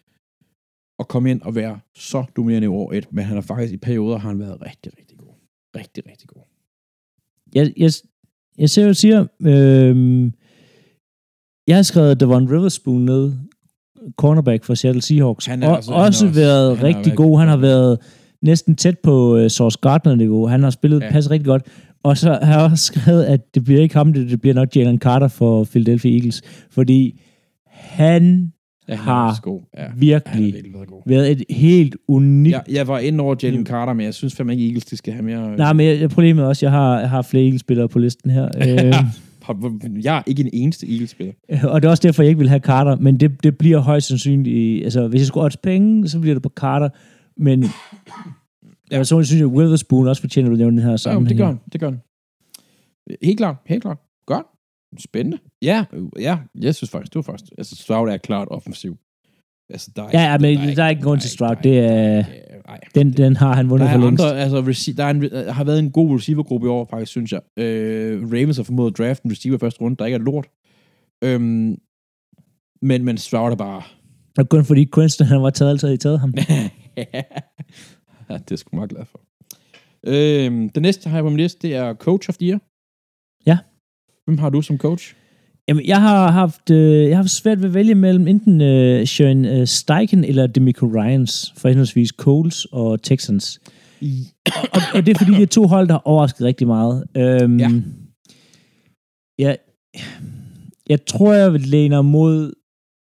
at komme ind og være så dominerende i år et, men han har faktisk i perioder har han været rigtig, rigtig god. Rigtig, rigtig god. Jeg, jeg, jeg ser jo siger, øh, jeg har skrevet Devon Witherspoon ned, cornerback for Seattle Seahawks, han og også, også han været også, rigtig han god. Han har været næsten tæt på uh, Sauce Gardner-niveau. Han har spillet ja. passet rigtig godt. Og så har jeg også skrevet, at det bliver ikke ham, det, det bliver nok Jalen Carter for Philadelphia Eagles, fordi han ja, har ja, virkelig været, været et helt unikt... Ja, jeg var inde over Jalen Carter, men jeg synes fandme ikke, Eagles de skal have mere... Nej, men jeg, problemet er også, jeg har, jeg har flere Eagles-spillere på listen her. Jeg er ikke en eneste Eagles-spiller. Og det er også derfor, jeg ikke vil have Carter, men det, det bliver højst sandsynligt... Altså, hvis jeg skulle odds penge, så bliver det på Carter, men... Ja, så synes jeg, at Witherspoon også fortjener at nævne den her sammenhæng. Ja, det gør han, det gør han. Helt klart, helt klart. Godt. Spændende. Ja, ja, jeg synes faktisk, det var faktisk, altså Stroud er klart offensiv. Altså, der er ja, ja, men der er, der er ikke grund til Stroud, det er, den, den har han vundet for længst. Andre, altså, der er en, har været en god receivergruppe i år, faktisk, synes jeg. Øh, Ravens har formået at drafte en receiver første runde, der ikke er lort. Øhm, men, men Stroud er bare... Og kun fordi Quinston, han var taget, altid i taget ham. Ja, det er sgu meget glad for. Øhm, det næste, jeg har på min liste, det er Coach of the Year. Ja. Hvem har du som coach? Jamen, jeg har haft, øh, jeg har haft svært ved at vælge mellem enten øh, Sean øh, Steichen eller DeMeco Ryans, for henholdsvis Colts og Texans. I, og, og det er fordi, det er to hold, der har overrasket rigtig meget. Øhm, ja. Jeg, jeg tror, jeg vil læne mod...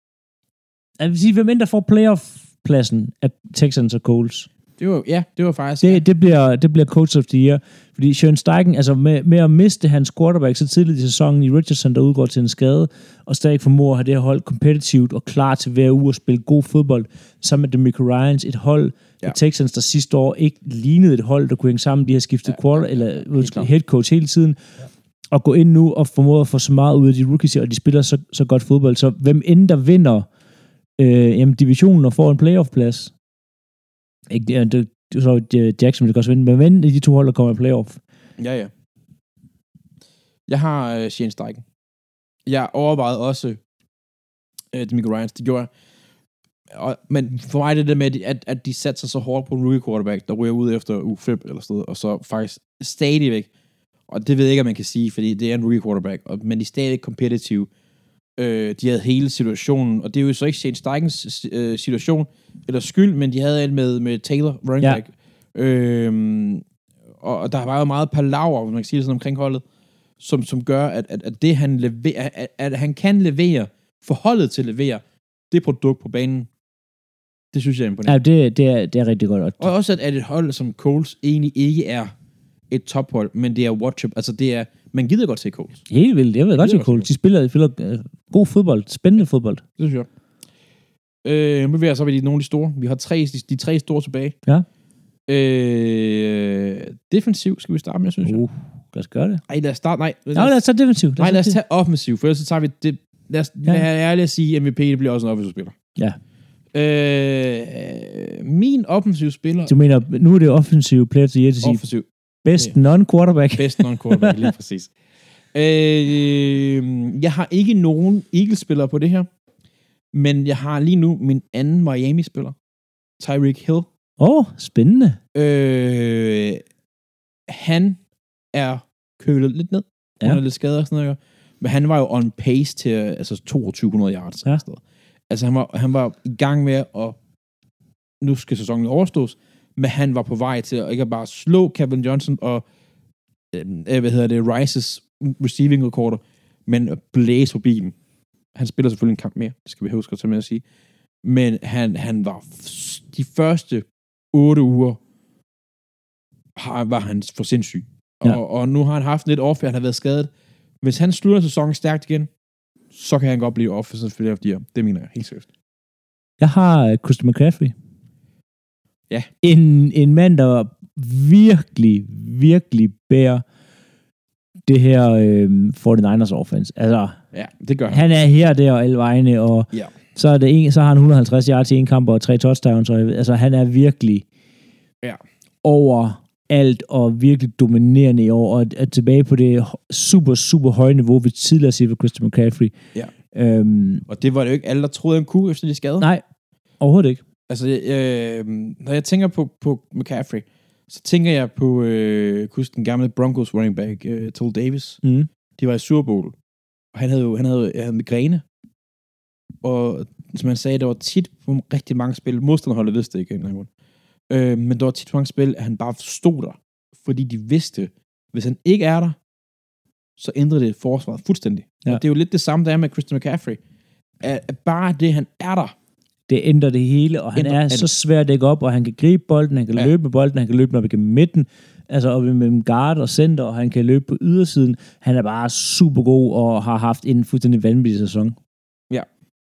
Jeg vil sige, hvem end der får playoff-pladsen af Texans og Colts. Det var, ja, det var faktisk... Det, ja. det, bliver, det bliver Coach of the Year. Fordi Sean Steichen, altså med, med at miste hans quarterback så tidligt i sæsonen i Richardson, der udgår til en skade, og stadig formår at have det her hold kompetitivt og klar til hver uge at spille god fodbold, sammen med DeMeco Ryans, et hold ja. Texans, der sidste år ikke lignede et hold, der kunne hænge sammen. De har skiftet ja, quarter, ja, eller head coach hele tiden, ja. Og gå ind nu og formå at få så meget ud af de rookies, og de spiller så, så godt fodbold. Så hvem end der vinder øh, jamen, divisionen og får en playoff-plads, ikke, ja, det, det, så Jackson vil også vinde, men hvem de to hold, der kommer i playoff? Ja, ja. Jeg har uh, Shane Steichen. Jeg overvejede også uh, DeMeco Ryans, det gjorde jeg. Og, men for mig er det det med, at, at de satte sig så hårdt på en rookie quarterback, der ryger ud efter uge fem eller sådan noget, og så faktisk stadigvæk, og det ved jeg ikke, om man kan sige, fordi det er en rookie quarterback, og, men de er stadig competitive. Øh, de havde hele situationen, og det er jo så ikke Shane Steichens øh, situation, eller skyld, men de havde en med, med Taylor, running back. Ja. Øhm, og, og der var jo meget palaver, man kan sige det sådan omkring holdet, som, som gør, at, at, at det han leverer, at, at han kan levere, forholdet til at levere, det produkt på banen, det synes jeg er imponerende. Ja, det, det, er, det er rigtig godt. Og også, at, at et hold som Colts egentlig ikke er et tophold, men det er watch-up, altså det er, man gider godt se Colts. Helt vildt, jeg ved godt se Colts. De spiller, de spiller uh, god fodbold, spændende fodbold. Det synes jeg. Øh, nu bevæger jeg så ved de, nogle af de store. Vi har tre, de, de tre store tilbage. Ja. Øh, defensiv skal vi starte med, synes jeg. Uh, lad os gøre det. Ej, lad os starte. Nej, lad os, Nå, lad os tage defensiv. nej, lad os tage offensiv, for ellers så tager vi det. Lad os Ja. være ærlig at sige, at M V P det bliver også en offensiv spiller. Ja. Øh, min offensiv spiller... Du mener, nu er det offensive player til at sige Offensiv. best non-quarterback. Best non-quarterback, lige præcis. Øh, jeg har ikke nogen Eagles-spillere på det her, men jeg har lige nu min anden Miami-spiller, Tyreek Hill. Åh, oh, spændende. Øh, han er kølet lidt ned. Ja. Han er lidt skadet og sådan noget. Men han var jo on pace til altså toogtyve hundrede yards. Ja. Altså han var, han var i gang med at... Nu skal sæsonen overstås, men han var på vej til at ikke bare slå Calvin Johnson og øh, hvad hedder det, Rice's receiving recorder, men blæse på bilen. Han spiller selvfølgelig en kamp mere, det skal vi huske at tage med at sige. Men han, han var de første otte uger har, var han for sindssyg. Ja. Og, og nu har han haft lidt off, han har været skadet. Hvis han slutter sæsonen stærkt igen, så kan han godt blive offensive player of the year. Det mener jeg helt seriøst. Jeg har Christian McCaffrey. Ja. En, en mand, der virkelig, virkelig bærer det her øh, forty-niners offense. Altså, ja, det gør han. Han er her, der og alle vegne, og ja. så, er det en, så har han et hundrede og halvtreds yards i en kamp og tre touchdowns. Og, altså, han er virkelig ja. over alt og virkelig dominerende i år, og er tilbage på det super, super høje niveau, vi tidligere siger for Christian McCaffrey. Ja. Øhm, og det var det jo ikke alle, der troede, han kunne efter de skade. Nej, overhovedet ikke. Altså, øh, når jeg tænker på, på McCaffrey, så tænker jeg på øh, den gamle Broncos running back, øh, Terrell Davis. Mm. De var i Super Bowl, og han havde jo han havde, han havde migræne. Og som han sagde, der var tit på rigtig mange spil, modstanderholdet vidste det ikke engang. Øh, men der var tit på mange spil, at han bare stod der, fordi de vidste, hvis han ikke er der, så ændrer det forsvaret fuldstændig. Ja. Og det er jo lidt det samme, der er med Christian McCaffrey. At, at bare det, han er der, det ændrer det hele, og han ændrer, er så svær at dække op, og han kan gribe bolden, han kan ja. løbe med bolden, han kan løbe op igennem midten, altså op mellem guard og center, og han kan løbe på ydersiden. Han er bare super god, og har haft en fuldstændig vanvittig sæson. Ja.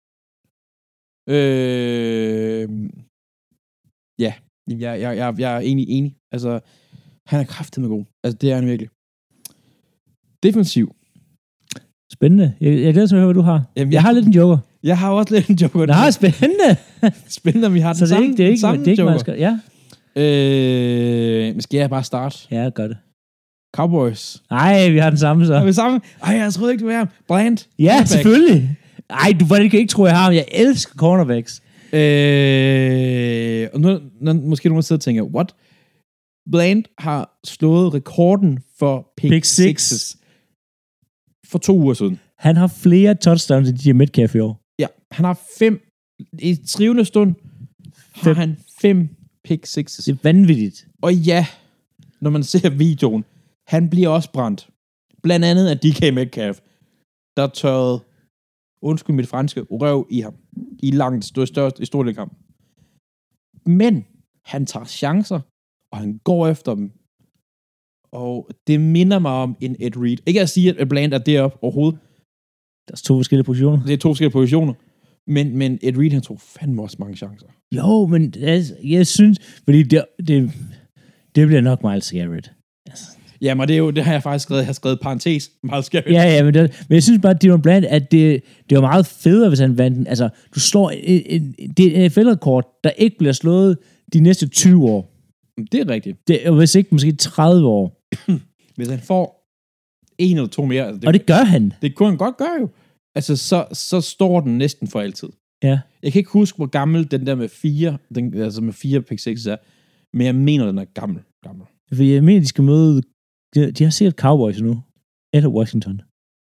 Øh... Ja. Jeg, jeg, jeg, jeg er egentlig enig. Altså, han er kraftedeme god. Altså, det er han virkelig. Defensiv. Spændende. Jeg, jeg glæder mig til at høre, hvad du har. Jamen, jeg, jeg har lidt en joker. Jeg har også lidt en joker. Nej, spændende. Spændende, om vi har den så det er samme, ikke, det er ikke, samme det er ikke joker. skal, ja. Øh, men skal jeg bare starte? Ja, gør det. Cowboys. Nej, vi har den samme så. Er vi sammen? Ej, jeg troede ikke, du var her. Bland. Ja, cornerback. Selvfølgelig. Ej, du kan ikke tro, jeg har ham. Jeg elsker cornerbacks. Øh, og nu, nu, måske nogen sidder og tænker, what? Bland har slået rekorden for pick, pick sixes for to uger siden. Han har flere touchdowns end D J Metcalf i år. Ja, han har fem. I trivende stund har fem. han fem pick sixes. Det er vanvittigt. Og ja, når man ser videoen, han bliver også brændt. Blandt andet af D K Metcalf, der tørrede, undskyld mit franske, røv i ham. I langt størst, i stor del kamp. Men han tager chancer, og han går efter dem. Og det minder mig om en Ed Reed. Ikke at sige, at Bland er deroppe overhovedet. Der er to forskellige positioner. Det er to forskellige positioner. Men, men Ed Reed, han tog fandme også mange chancer. Jo, men altså, jeg synes, fordi det, det, det bliver nok Myles Garrett. Altså. Jamen, det, er jo, det har jeg faktisk skrevet. Jeg har skrevet parentes. Myles Garrett. Ja, ja, men, det, men jeg synes bare, at Dion Bland, at det, det var meget federe, hvis han vandt den. Altså, du slår en, en, det er en N F L-rekord, der ikke bliver slået de næste tyve år. Det er rigtigt. Det er hvis ikke måske tredive år. Hvis han får en eller to mere. Altså det, og det gør han. Det kunne han godt gøre jo. Altså, så, så står den næsten for altid. Ja. Jeg kan ikke huske, hvor gammel den der med fire, den, altså med fire pick sixes er, men jeg mener, den er gammel. gammel. For jeg mener, de skal møde, de, de har set Cowboys nu. Eller Washington.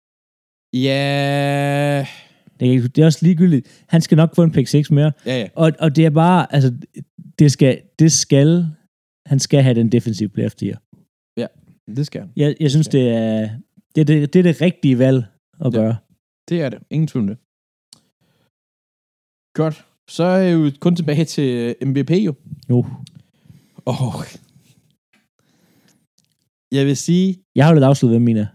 Ja... Det er, det er også ligegyldigt. Han skal nok få en pick six mere. Ja, ja. Og, og det er bare, altså, det skal, det skal, han skal have den defensive player of the year. Ja, det skal han. Jeg, jeg synes, det er det, er det, det er det rigtige valg at ja, gøre. Det er det. Ingen tvivl om det. Godt. Så er jeg jo kun tilbage til M V P jo. Jo. Åh. Oh. Jeg vil sige... Jeg har jo lidt afsluttet, hvem mine er.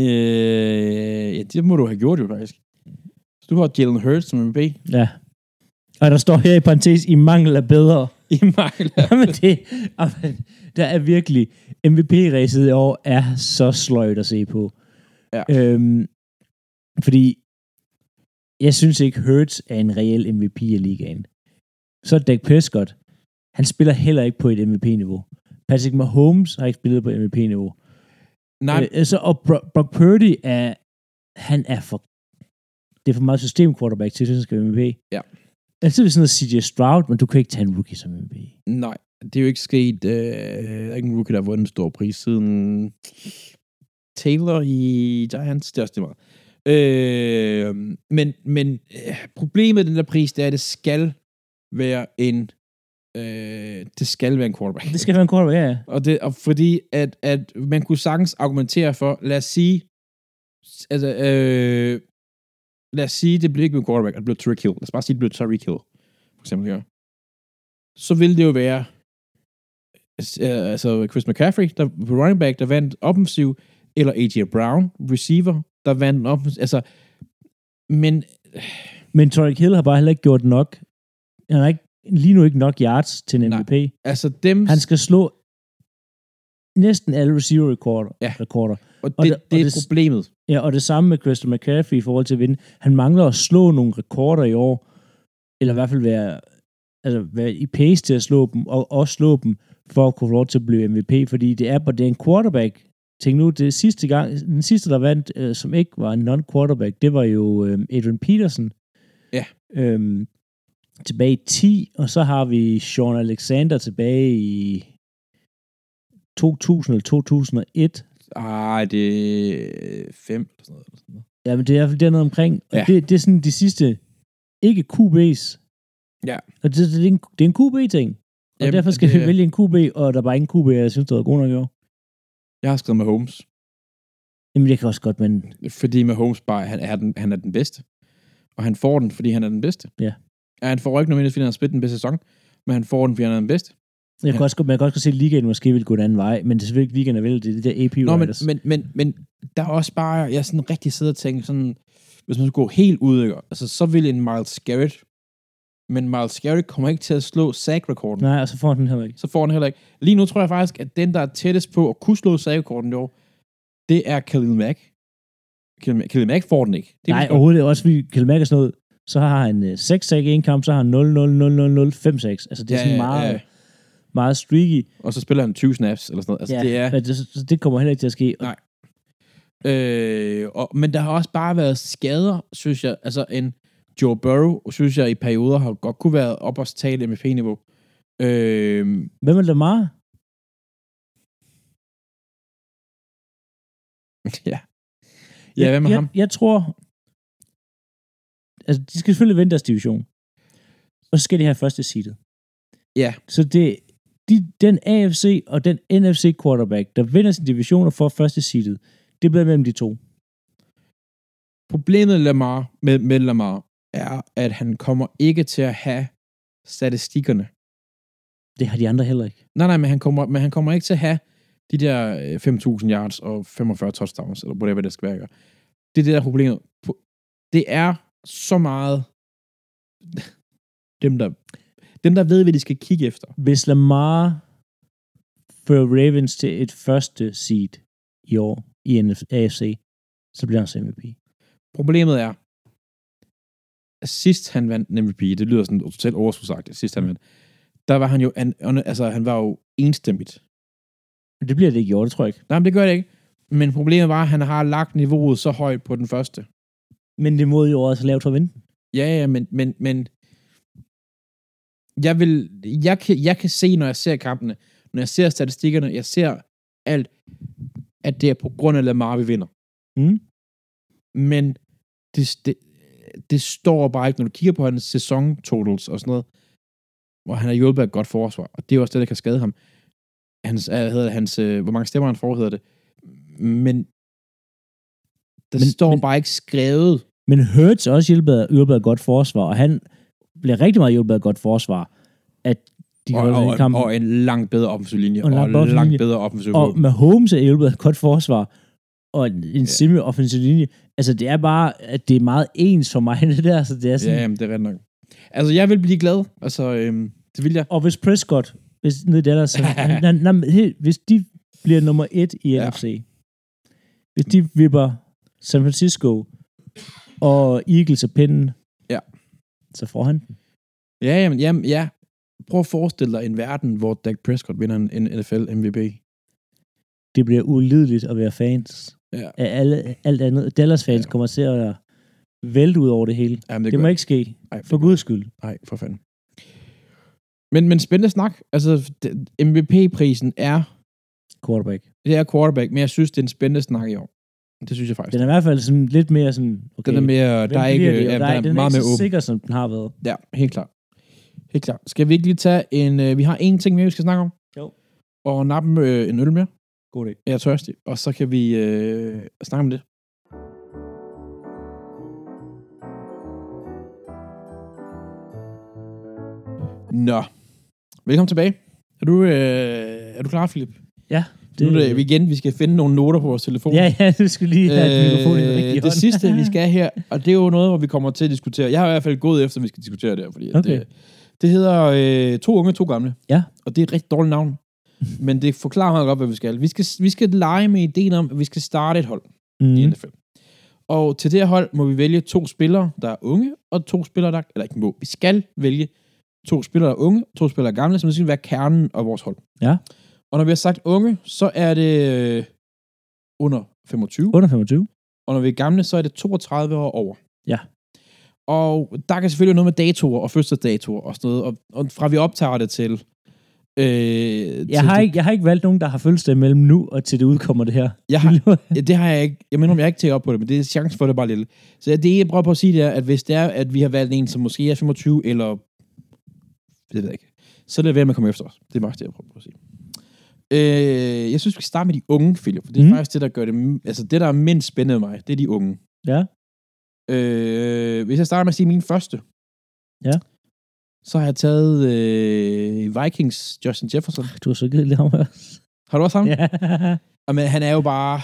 Øh, ja, det må du have gjort jo faktisk. Så du har Jalen Hurts som M V P. Ja. Og der står her i parentes, i mangel af bedre. I mangel af Jamen det, jamen, der er virkelig, M V P-ræset i år er så sløjt at se på. Ja. Øhm, fordi, jeg synes ikke, Hurts er en reel M V P i ligaen. Så Dak Prescott, han spiller heller ikke på et M V P-niveau. Patrick Mahomes har ikke spillet på M V P-niveau. Nej. Øh, så, og Brock, Brock Purdy er, han er for, det er for meget system-quarterback til, at han skal være M V P. Ja. Altså, det er sådan noget C J Stroud, men du kan ikke tage en rookie som M V P. Nej, det er jo ikke sket. Øh, der er ikke en rookie, der har vundet en stor pris siden Taylor i Giants. Det er også det meget. Øh, men men øh, problemet med den der pris, det er, at det skal være en øh, det skal være en quarterback. Det skal være en quarterback, ja, ja. Og, det, og fordi, at, at man kunne sagtens argumentere for, lad os sige, altså, øh, lad os sige, det blev ikke en quarterback, det blev Tyreek Hill. Lad os bare sige, det blev Tyreek Hill, for eksempel her. Så ville det jo være, altså Chris McCaffrey, der på running back, der vandt offensiv, eller A J Brown, receiver, der vandt offensiv, altså, men... Men Tyreek Hill har bare heller ikke gjort nok. Han har ikke, lige nu ikke nok yards til en M V P. Nej, altså dem... Han skal slå næsten alle receiver-rekorder. Ja, rekorder. og det, og det, det er det, problemet. Ja, og det samme med Christian McCaffrey i forhold til at vinde. Han mangler at slå nogle rekorder i år, eller i hvert fald være, altså være i pace til at slå dem, og også slå dem, for at kunne få lov til at blive M V P, fordi det er, det er en quarterback. Tænk nu, det sidste gang, den sidste, der vandt, øh, som ikke var en non-quarterback, det var jo øh, Adrian Peterson. Ja. Øhm, tilbage i ti, og så har vi Sean Alexander tilbage i to tusind eller to tusind og et. Ej, det er fem eller sådan noget. Ja, men det er i hvert fald dernede omkring. Og ja. det, det er sådan de sidste, ikke Q B's. Ja. Og det, det, er, en, det er en Q B-ting. Og Jamen, derfor skal det, vi vælge en Q B, og der er bare ingen Q B, jeg synes, der er god nok i år. Jeg har skrevet med Mahomes. Jamen, det kan også godt, men... Fordi Mahomes bare, han er den, han er den bedste. Og han får den, fordi han er den bedste. Ja. Ja, han får ikke noget mindre, fordi han har spillet den bedste sæson, men han får den, fordi han er den bedste. Jeg kan ja. også, man kan også se, at ligaen måske vil gå den anden vej, men det er selvfølgelig ikke ligaen, der vil det. Det er det der A P Nå, men, men, men, men der er også bare, jeg sådan rigtig sidder og tænker sådan, hvis man skulle gå helt ud, ikke? Altså, så vil en Myles Garrett, men Myles Garrett kommer ikke til at slå sack-rekorden. Nej, og så får den heller ikke. Så får den heller ikke. Lige nu tror jeg faktisk, at den, der er tættest på at kunne slå sack-rekorden i år, det er Khalil Mack. Khalil Mack får den ikke. Det Nej, overhovedet ikke. Også fordi Khalil Mack er sådan noget, så har han uh, seks sack i en kamp, så har han nul nul nul nul nul fem seks. Altså, det er ja, sådan meget, ja. meget streaky. Og så spiller han tyve snaps, eller sådan noget. Altså, ja, det, er... det, det kommer heller ikke til at ske. Nej. Øh, og, men der har også bare været skader, synes jeg. Altså, en Joe Burrow, synes jeg, i perioder har godt kunne være op og tale M V P-niveau. Øh... Hvem er Lamar? ja. Ja, hvad med jeg, ham? Jeg, jeg tror, altså, de skal selvfølgelig vinde deres division. Og så skal de have første seedet. Ja. Så det, de, den A F C og den N F C quarterback, der vinder sin division og får første seedet, det bliver mellem de to. Problemet Lamar, med, med Lamar er, at han kommer ikke til at have statistikkerne. Det har de andre heller ikke. Nej, nej, men han kommer, men han kommer ikke til at have de der fem tusind yards og femogfyrre touchdowns, eller whatever det skal være. Det er det der problemet. Det er så meget dem, der, dem, der ved, hvad de skal kigge efter. Hvis Lamar fører Ravens til et første seed i år i A F C, så bliver han også M V P. Problemet er, at sidst han vandt en M V P, det lyder sådan totalt overskudsagtigt, sidst han vandt, der var han jo, altså han var jo enstemmigt. Det bliver det ikke i år, det tror jeg ikke. Nej, men det gør det ikke. Men problemet var, at han har lagt niveauet så højt på den første. Men det må jo også lavt for at vinde. Ja, ja, men, men, men jeg vil, jeg kan, jeg kan se, når jeg ser kampene, når jeg ser statistikkerne, jeg ser alt, at det er på grund af Lamar, vi vinder. Mm. Men det, det, det står bare ikke, når du kigger på hans sæson totals og sådan noget, hvor han har hjulpet et godt forsvar, og det er også det, der kan skade ham. Hans, hvad hedder det, hans, hvor mange stemmer han får, hedder det. Men der men, står men, bare ikke skrevet. Men Hurts også hjulpet, hjulpet et godt forsvar, og han bliver rigtig meget hjulpet et godt forsvar. At de og, og, en kamp, og en langt bedre offensiv linje. Og en langt, og en langt bedre offensiv Og med Holmes er hjulpet et godt forsvar, og en, en ja. semi-offensiv linje. Altså, det er bare, at det er meget ens for mig, det der. Så det er sådan... Ja, jamen, det er ret nok. Altså, jeg vil blive glad. Altså, øhm, det vil jeg. Og hvis Prescott, hvis, ned der, så, han, han, helt, hvis de bliver nummer et i Ja. N F C, hvis de vipper San Francisco og Eagles af pinden, Ja. så får han den. Ja, jamen, jamen, ja. Prøv at forestille dig en verden, hvor Dak Prescott vinder en N F L M V P. Det bliver ulideligt at være fans Ja. af alle, alt andet. Dallas-fans ja. kommer til at vælte ud over det hele. Jamen, det det må gør- ikke ske. Ej, For guds skyld. Nej, for fanden. Men, men spændende snak. Altså, det- M V P-prisen er, Quarterback. det er quarterback, men jeg synes, det er en spændende snak i år. Det synes jeg faktisk. Den er i hvert fald sådan lidt mere sådan, okay, Den er mere, der er ikke, det? ja, Der, der er, er den er meget ikke mere så åben. sikker, som den har været. Ja, helt klart. Helt klart. Skal vi ikke lige tage en, øh, vi har en ting mere, vi skal snakke om? Jo. Og nappe øh, en øl mere? God idé. Jeg er tørstig. Og så kan vi øh, snakke om det. Nå. Velkommen tilbage. Er du, øh, er du klar, Philip? Ja. Det... Nu er det igen, vi skal finde nogle noter på vores telefon. Ja, ja, du skal lige have et mikrofon i den rigtige Det hånd. sidste, vi skal her, og det er jo noget, hvor vi kommer til at diskutere. Jeg har i hvert fald gået efter, at vi skal diskutere det her, fordi Okay. det, det hedder øh, To unge, to gamle. Ja. Og det er et rigtig dårligt navn. Men det forklarer meget godt, hvad vi skal. Vi skal, vi skal lege med ideen om, at vi skal starte et hold Mm. i N F L. Og til det her hold må vi vælge to spillere, der er unge, og to spillere, der... Eller ikke må. Vi skal vælge to spillere, der er unge, to spillere, der er gamle, som skal være kernen af vores hold. Ja. Og når vi har sagt unge, så er det øh, under femogtyve. Under femogtyve. Og når vi er gamle, så er det toogtredive år over. Ja. Og der kan selvfølgelig være noget med datoer og fødselsdatoer og sådan noget. Og, og fra vi optager det til... Øh, Jeg til har, det, ikke, jeg har ikke valgt nogen, der har fødselsdag mellem nu og til det udkommer det her. Jeg har, ja, det har jeg ikke. Jeg mener, om jeg ikke tager op på det, men det er chancen for det bare lille. Så det, jeg prøver på at sige, det er, at hvis det er, at vi har valgt en, som måske er femogtyve, eller... Det ved jeg ikke. Så er det ved med at komme efter os. Det er bare det, jeg prøver på at sige. Øh, jeg synes, vi skal starte med de unge, Philip. For det er Mm. mm. faktisk det, der gør det... Altså, det, der er mindst spændende med mig, det er de unge. Ja. Øh, hvis jeg starter med at sige min første, Ja. så har jeg taget øh, Vikings Justin Jefferson. Du har så givet lidt ham også. Har du også ham? Ja. Og men han er jo bare...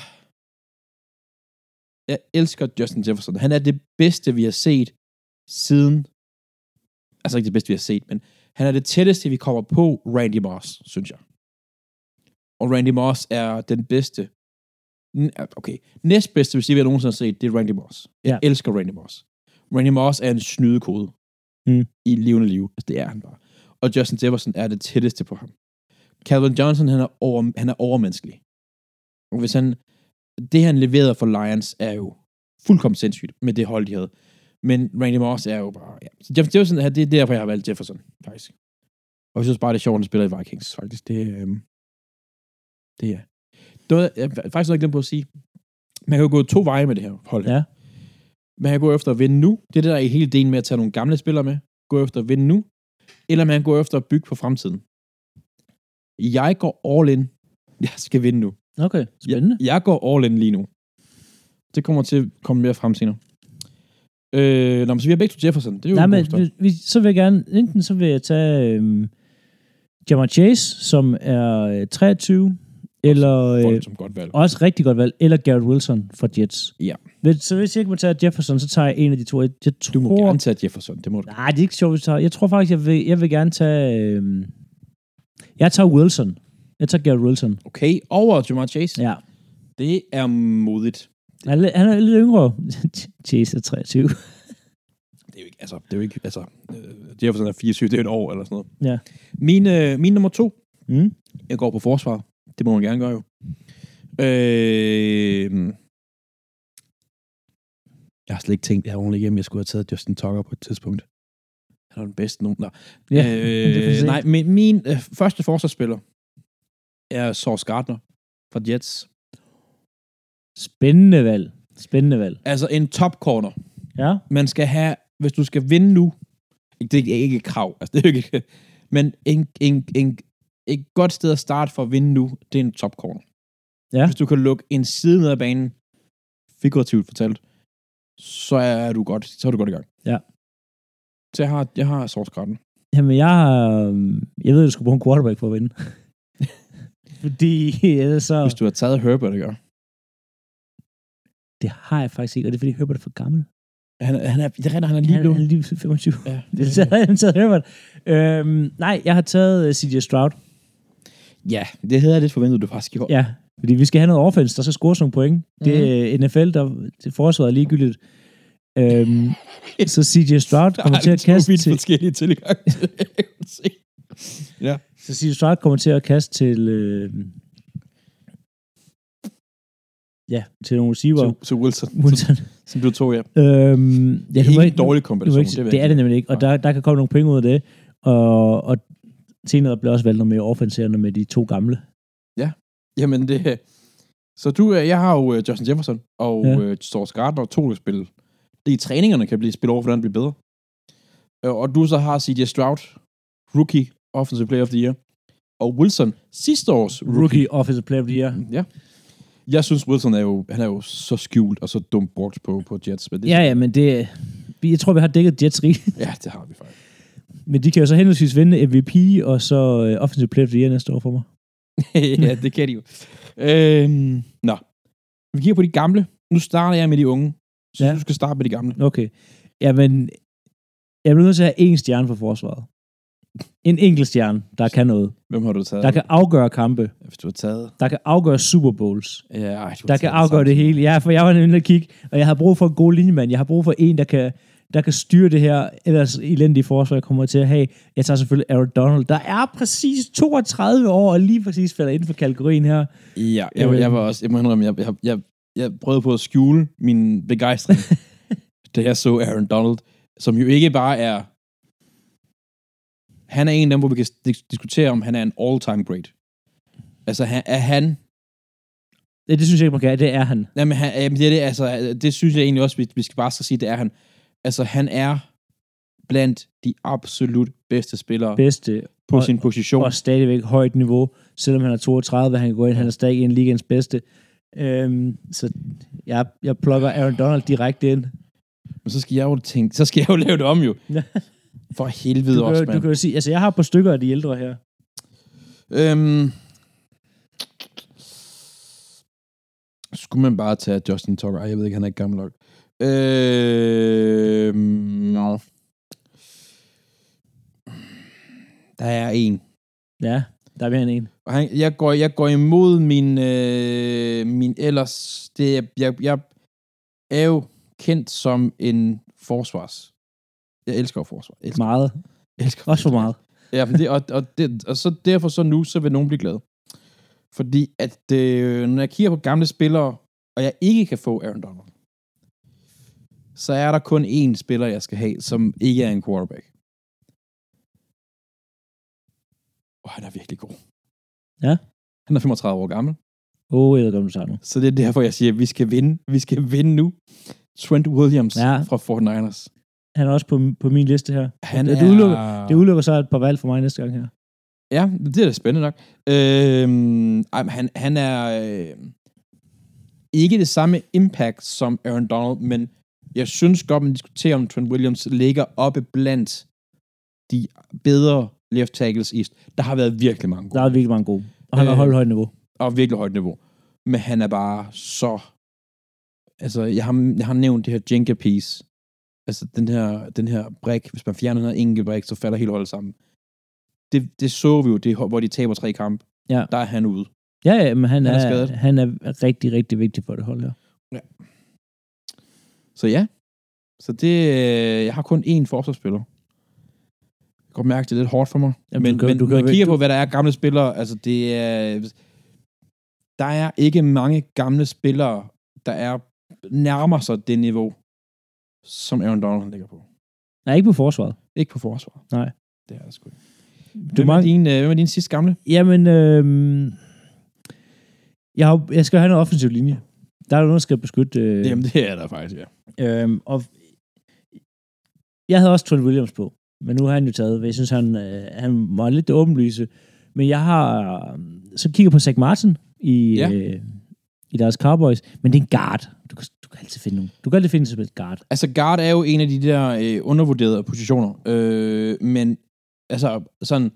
Jeg elsker Justin Jefferson. Han er det bedste, vi har set siden... Altså ikke det bedste, vi har set, men han er det tætteste, vi kommer på Randy Moss, synes jeg. Og Randy Moss er den bedste... Okay, næstbedste receiver, jeg nogensinde har set, det er Randy Moss. Jeg Ja. elsker Randy Moss. Randy Moss er en snydekode Mm. i levende liv. Altså, det er han bare. Og Justin Jefferson er det tætteste på ham. Calvin Johnson, han er, over, han er overmenneskelig. Og hvis han... Det, han leverede for Lions, er jo fuldkommen sindssygt med det hold, de havde. Men Randy Moss er jo bare... Ja. Så Justin Jefferson, det er derfor, jeg har valgt Jefferson, faktisk. Og jeg synes bare, det er sjovt, at han spiller i Vikings, faktisk. Det, øhm, det er... Det var, jeg har faktisk noget, jeg glemt på at sige. Man kan jo gå to veje med det her hold. Ja. Man kan gå efter at vinde nu. Det er det, der er hele delen med at tage nogle gamle spillere med. Gå efter at vinde nu. Eller man kan gå efter at bygge på fremtiden. Jeg går all in. Jeg skal vinde nu. Okay, spændende. Jeg, jeg går all in lige nu. Det kommer til at komme mere frem senere. Øh, nå, men så vi har begge to Jefferson. Det er jo Nej, en men god start. vi, vi, så vil jeg gerne, enten så vil jeg tage øhm, Jamar Chase, som er øh, treogtyve, eller øh, Folk som godt valg. også rigtig godt valg, eller Garrett Wilson fra Jets. Ja. Men, så hvis jeg ikke må tage Jefferson, så tager jeg en af de to. Jeg, jeg tror, Du må gerne tage Jefferson. Det må du. Nej, det er ikke sjovt, hvis jeg tager. Jeg tror faktisk, jeg vil, jeg vil gerne tage... Øhm, jeg tager Wilson. Jeg tager Garrett Wilson. Okay, over Jamar Chase. Ja. Det er modigt. Han er, lidt- han er lidt yngre. Chase er treogtyve. Det er jo ikke, altså, det er jo ikke, altså, øh, Jefferson er fireogtyve, det er et år eller sådan noget. Ja. Min, øh, min nummer to, Mm. jeg går på forsvar. Det må man gerne gøre jo. Øh, jeg har slet ikke tænkt, jeg har ordentligt hjemme, jeg skulle have taget Justin Tucker på et tidspunkt. Han er den bedste nogen. Nå. Ja, det er for øh, sent. nej, men min øh, første forsvarsspiller er Sauce Gardner fra Jets. Spændende valg. Spændende valg. Altså en top corner. Ja. Man skal have, hvis du skal vinde nu, det er ikke et krav, altså det er jo ikke, men en, en, en, et godt sted at starte for at vinde nu, det er en top corner. Ja. Hvis du kan lukke en side ned af banen, figurativt fortalt, så er du godt, så er du godt i gang. Ja. Så jeg har, jeg har Sauce Gardner. Jamen, jeg har... øhm, Jeg ved, at du skulle bruge en quarterback for at vinde. Fordi ellers så... Hvis du har taget Herbert, ikke? Det har jeg faktisk ikke, og det er, fordi Herbert er for gammel. Han, han er, det render, han er lige blevet. Han er lige femogtyve. Ja, det er han taget Herbert. Øhm, nej, jeg har taget uh, C J Stroud. Ja, det havde jeg lidt forventet, du faktisk gjorde. Ja, fordi vi skal have noget offense, der skal scores nogle point. Mm-hmm. Det er N F L, der til forsvaret er ligegyldigt. Øhm, så C J Stroud kommer til at kaste til... forskellige tilgang til det. Ja. Så C J Stroud kommer til at kaste til... Øh, ja, til nogle receiver. Så Wilson, Wilson. Som, som du tog, ja. Øhm, ja, det er ikke en dårlig kombination. Ikke, det, det er det nemlig ikke, og der, der kan komme nogle point ud af det. Og, og senere bliver også valgt noget mere offenserende med de to gamle. Ja, jamen det... Så du, jeg har jo Justin Jefferson og ja. uh, Sauce Gardner og to, der spille. Det i træningerne kan blive spillet over, hvordan det bliver bedre. Og du så har C J Stroud, rookie offensive player of the year, og Wilson, sidste års rookie, rookie offensive player of the year. Ja. Jeg synes, Wilson er jo, han er jo så skjult og så dumt brugt på, på Jets. Men det, ja, ja, men det... Jeg tror, vi har dækket Jets rigtigt. Ja, det har vi faktisk. Men de kan jo så henholdsvis vinde M V P og så uh, offensive player of the year næste år for mig. Ja, det kan de jo. Øhm, nå. Vi kigger på de gamle. Nu starter jeg med de unge. Så ja. Du skal starte med de gamle. Okay. Jamen, jeg bliver nødt til at have en stjerne for forsvaret. En enkelt stjerne, der kan noget. Hvem har du taget? Der kan afgøre kampe. Hvis du har taget... Der kan afgøre Super Bowls. Ja, ej, der kan afgøre det hele. Ja, for jeg var nemlig at kigge, og jeg har brug for en god linjemand. Jeg har brug for en, der kan, der kan styre det her ellers elendige forsvar, jeg kommer til at have. Jeg tager selvfølgelig Aaron Donald. Der er præcis toogtredive år, og lige præcis falder inden for kategorien her. Ja, jeg, jeg var også... Jeg må indrømme, jeg, jeg, jeg, jeg prøvede på at skjule min begejstring, da jeg så Aaron Donald, som jo ikke bare er... Han er en af dem, hvor vi kan diskutere, om han er en all-time great. Altså, han, er han... Det, det synes jeg ikke, man kan. Det er han. Jamen, han, jamen det, er det, altså, det synes jeg egentlig også, vi, vi skal bare skal sige, det er han. Altså, han er blandt de absolut bedste spillere bedste, på og, sin position. Og stadigvæk højt niveau. Selvom han er toogtredive, han kan gå ind, han er stadig en ligens bedste. Øhm, så jeg, jeg plukker Aaron Donald direkte ind. Men så skal jeg jo tænke, så skal jeg jo lave det om jo. For helvede du kan, også, mand. Du kan jo sige, altså jeg har et par stykker af de ældre her. Øhm, skulle man bare tage Justin Tucker? Ej, jeg ved ikke, han er ikke gammel nok. Øhm, no. Der er en. Ja, der er mere end en. Og han, jeg, går, jeg går imod min, øh, min ellers... Det, jeg, jeg er jo kendt som en forsvars... Jeg elsker forsvar. Jeg elsker. Meget. Jeg elsker også for meget. Ja, men det, og, og, det, og så derfor så nu, så vil nogen blive glade. Fordi at øh, når jeg kigger på gamle spillere, og jeg ikke kan få Aaron Donald, så er der kun én spiller, jeg skal have, som ikke er en quarterback. Og han er virkelig god. Ja. Han er femogtredive år gammel. Åh, oh, jeg ved godt, du nu. Så det er derfor, jeg siger, at vi skal vinde. Vi skal vinde nu. Trent Williams ja. Fra forty-niners. Han er også på, på min liste her. Han det, er... det, udelukker, det udelukker så et par valg for mig næste gang her. Ja, det er da spændende nok. Øhm, han, han er øh, ikke det samme impact som Aaron Donald, men jeg synes godt, man diskuterer, om Trent Williams ligger oppe blandt de bedre left tackles east. Der har været virkelig mange gode. Der er virkelig mange gode. Og han øh, har holdt højt niveau. Og virkelig højt niveau. Men han er bare så... Altså, jeg har, jeg har nævnt det her Jenga piece. Altså, den her, den her brik. Hvis man fjerner den her enkelt brik, så falder hele holdet sammen. Det, det så vi jo, det, hvor de taber tre kampe. Ja. Der er han ude. Ja, ja, men han, han, er, er, han er rigtig, rigtig vigtig for det hold her. Ja. Så ja. Så det... Jeg har kun én forsvarsspiller. Jeg kan godt mærke, det er lidt hårdt for mig. Jamen, men du kan, men du når jeg kan, kigger du... på, hvad der er gamle spillere, altså det er... Der er ikke mange gamle spillere, der er nærmer sig det niveau, som Aaron Donald ligger på. Nej, ikke på forsvaret. Ikke på forsvaret. Nej. Det er det sgu ikke. Du hvem, er din, øh, hvem er din sidste gamle? Jamen, øh, jeg, har, jeg skal have noget offensiv linje. Der er jo noget, der skal beskytte... Øh, Jamen, det er der faktisk, ja. Øh, og jeg havde også Trent Williams på, men nu har han jo taget, jeg synes, han, øh, han var lidt det åbenlyse. Men jeg har så kigger på Zach Martin i, ja. øh, i deres Cowboys, men det er en guard. Du kan, du kan altid finde nogen. Du kan altid finde som et guard. Altså, guard er jo en af de der øh, undervurderede positioner. Øh, men, altså, sådan...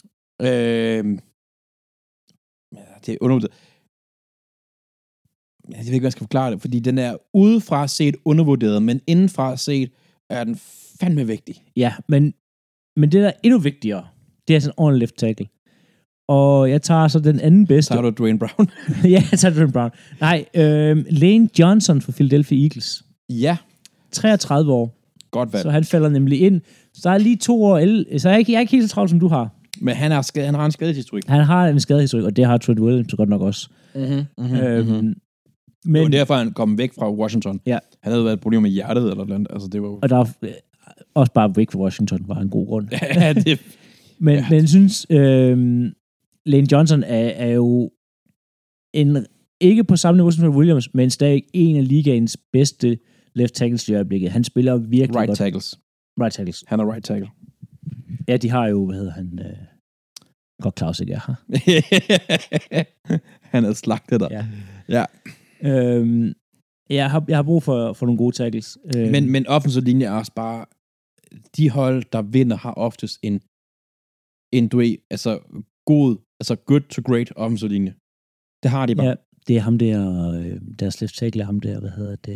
Øh, det er undervurderet. jeg ved ikke, hvad jeg skal forklare det, fordi den er udefra set undervurderet, men indenfra set er den fandme vigtig. Ja, men, men det, der er endnu vigtigere, det er sådan en ordentlig left tackle. Og jeg tager så den anden bedste. Tager du Dwayne Brown? Ja, jeg tager Dwayne Brown. Nej, øh, Lane Johnson fra Philadelphia Eagles. Ja. treogtredive år. Godt valg. Så han falder nemlig ind. Så der er lige to år ældre. Så jeg er ikke, jeg er ikke helt så travlt, som du har. Men han, er skade, han har en skadehistorik. Han har en skadehistorik, og det har Trent Williams godt nok også. Mm-hmm, mm-hmm, øhm, mm-hmm. Men det var derfor, han kom væk fra Washington. Ja. Han havde været et problem med hjertet eller noget. Altså, det var... Og der var også bare væk fra Washington var en god grund. Ja, det... men, ja. men jeg synes, øhm, Lane Johnson er, er jo en, ikke på samme niveau som Trent Williams, men stadig en af ligaens bedste left tackles i øjeblikket. Han spiller virkelig right godt. Tackles. Right tackles. Han er right tackle. Ja, de har jo, hvad hedder han... Øh, godt Claus ikke er her. Han er slagtet der. Ja. Ja. Øhm, jeg, har, jeg har brug for, for nogle gode tackles. Øhm, Men, men offensiv linje er også bare... De hold, der vinder, har oftest en... En, du ved, altså god... Altså good to great offensiv linje. Det har de bare. Ja, det er ham der... Øh, deres left tackle er ham der, hvad hedder det...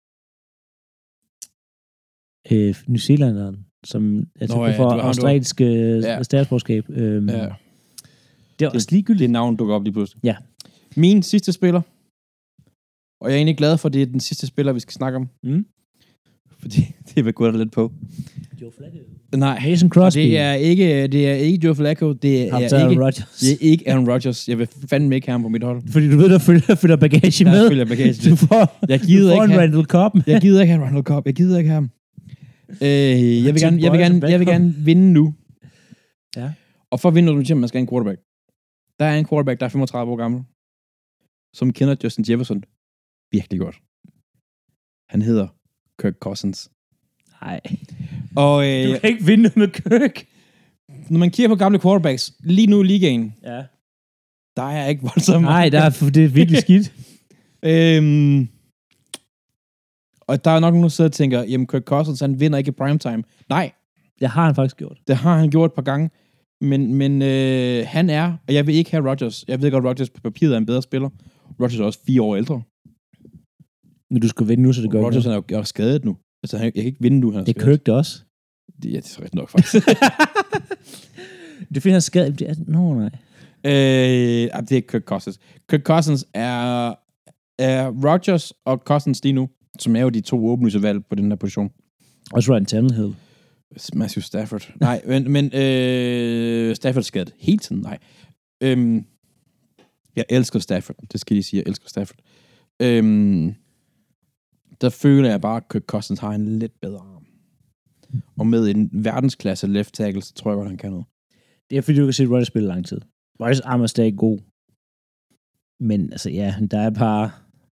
Øh, New Zealanderen, som er til ja, for du har- australsk Ja. statsborgerskab. Øhm, Ja. Det er også ligegyldigt. Det navn dukker op lige pludselig. Ja. Min sidste spiller, og jeg er egentlig glad for, at det er den sidste spiller, vi skal snakke om. Mm. Fordi det vil gå der lidt på. Joe Flacco. Nej, Mason Crosby. det er ikke, det er ikke Joe Flacco, det er, Ham er til Aaron ikke, Rodgers. det er ikke Aaron Rodgers. Jeg vil fandme ikke have ham på mit hold. Fordi du ved, der følger, følger bagage Der med. følger bagage Du med. får, Jeg gider du får ikke en have- Randall Cobb. Jeg gider ikke have Ronald Cobb. Jeg gider ikke have ham. Øh, jeg, vil gerne, jeg, vil gerne, jeg vil gerne vinde nu. Ja. Og for at vinde, at man skal have en quarterback. Der er en quarterback, der er femogtredive år gammel, som kender Justin Jefferson virkelig godt. Han hedder Kirk Cousins. Nej. Og øh, Du kan ikke vinde med Kirk. når man kigger på gamle quarterbacks, lige nu i ligaen, Ja. der er ikke voldsomt. Nej, der er, det er virkelig skidt. øhm, og der er nok nogen, der sidder og tænker, jamen Kirk Cousins, han vinder ikke i primetime. Nej, Det har han faktisk gjort. det har han gjort et par gange. Men, men øh, han er, og jeg vil ikke have Rodgers. Jeg ved godt, Rodgers på papiret er en bedre spiller. Rodgers er også fire år ældre. Men du skal vinde nu, så det gør Rodgers ikke er jo er jo skadet nu. Altså, han, jeg kan ikke vinde nu, han er noget. Det er skadet. Kirk det også. Det, ja, det er rigtigt nok, faktisk. Det finder han skadet. Det er, nå, nej. øh, det er Kirk Cousins. Kirk Cousins er, er Rodgers og Cousins lige nu, som er jo de to åbenlyse valg på den her position. Også Ryan Tannehill. Matthew Stafford. Nej, men, men øh, Stafford er skadet hele tiden. Nej. Øhm, jeg elsker Stafford. Det skal jeg sige. Jeg elsker Stafford. Øhm, der føler jeg bare, at Kirk Cousins har en lidt bedre arm. Og med en verdensklasse left tackle, så tror jeg godt, han kan noget. Det er fordi, du kan se Rodgers spille lang tid. Rodgers arm er stadig god. Men altså, ja, der er bare...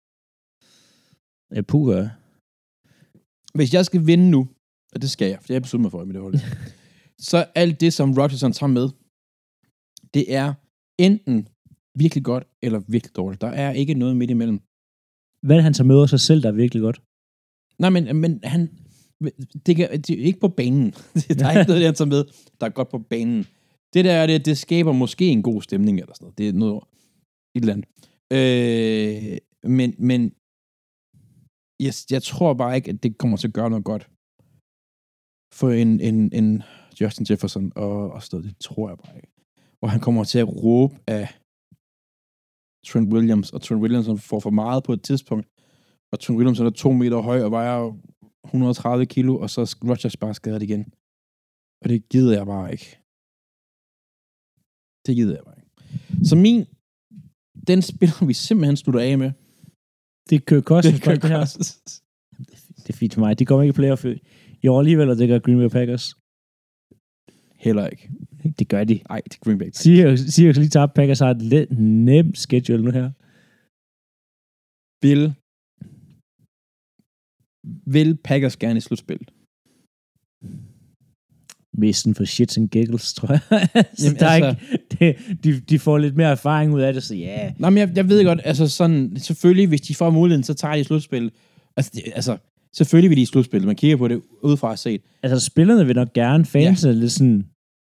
Ja, puha. Hvis jeg skal vinde nu, og det skal jeg, for det har jeg besluttet mig for i mit hold, så alt det, som Rodgers tager med, det er enten virkelig godt, eller virkelig dårligt. Der er ikke noget midt imellem. Hvad er det, han tager med sig selv, der er virkelig godt? Nej, men, men han... Det, kan, det er ikke på banen. Der er ikke noget, han tager med, der er godt på banen. Det der, det, det skaber måske en god stemning, eller sådan noget. Det er noget... Et eller andet. Øh, men, men... Jeg, jeg tror bare ikke, at det kommer til at gøre noget godt for en, en, en Justin Jefferson og, og sådan noget. Det tror jeg bare ikke. Og han kommer til at råbe af Trent Williams, og Trent Williams får for meget på et tidspunkt, og Trent Williams er to meter høj og vejer et hundrede og tredive kilo, og så er Rodgers bare skadet igen. Og det gider jeg bare ikke. Det gider jeg bare ikke. Så min, den spiller vi simpelthen slutter af med. Det er Kirk Cousins. Det er Kirk det her. Cousins. Det er fint for mig. De kommer ikke i playoff i år alligevel, og det gør Green Bay Packers. Heller ikke. Det gør de. Nej, det er Green Bay. Seahawks, Seahawks lige tabt. Packers har et let, nemt schedule nu her. Vil vil Packers gerne i slutspillet? Mest for shits and giggles, tror jeg. så Jamen, der er altså- ikke, det, de, de får lidt mere erfaring ud af det, så ja. Nej, men jeg, jeg ved godt, altså sådan, selvfølgelig, hvis de får muligheden, så tager de i slutspillet. Altså, det, altså, selvfølgelig vil de i slutspillet. Man kigger på det udefra set. Altså, spillerne vil nok gerne, fans ja. er lidt sådan,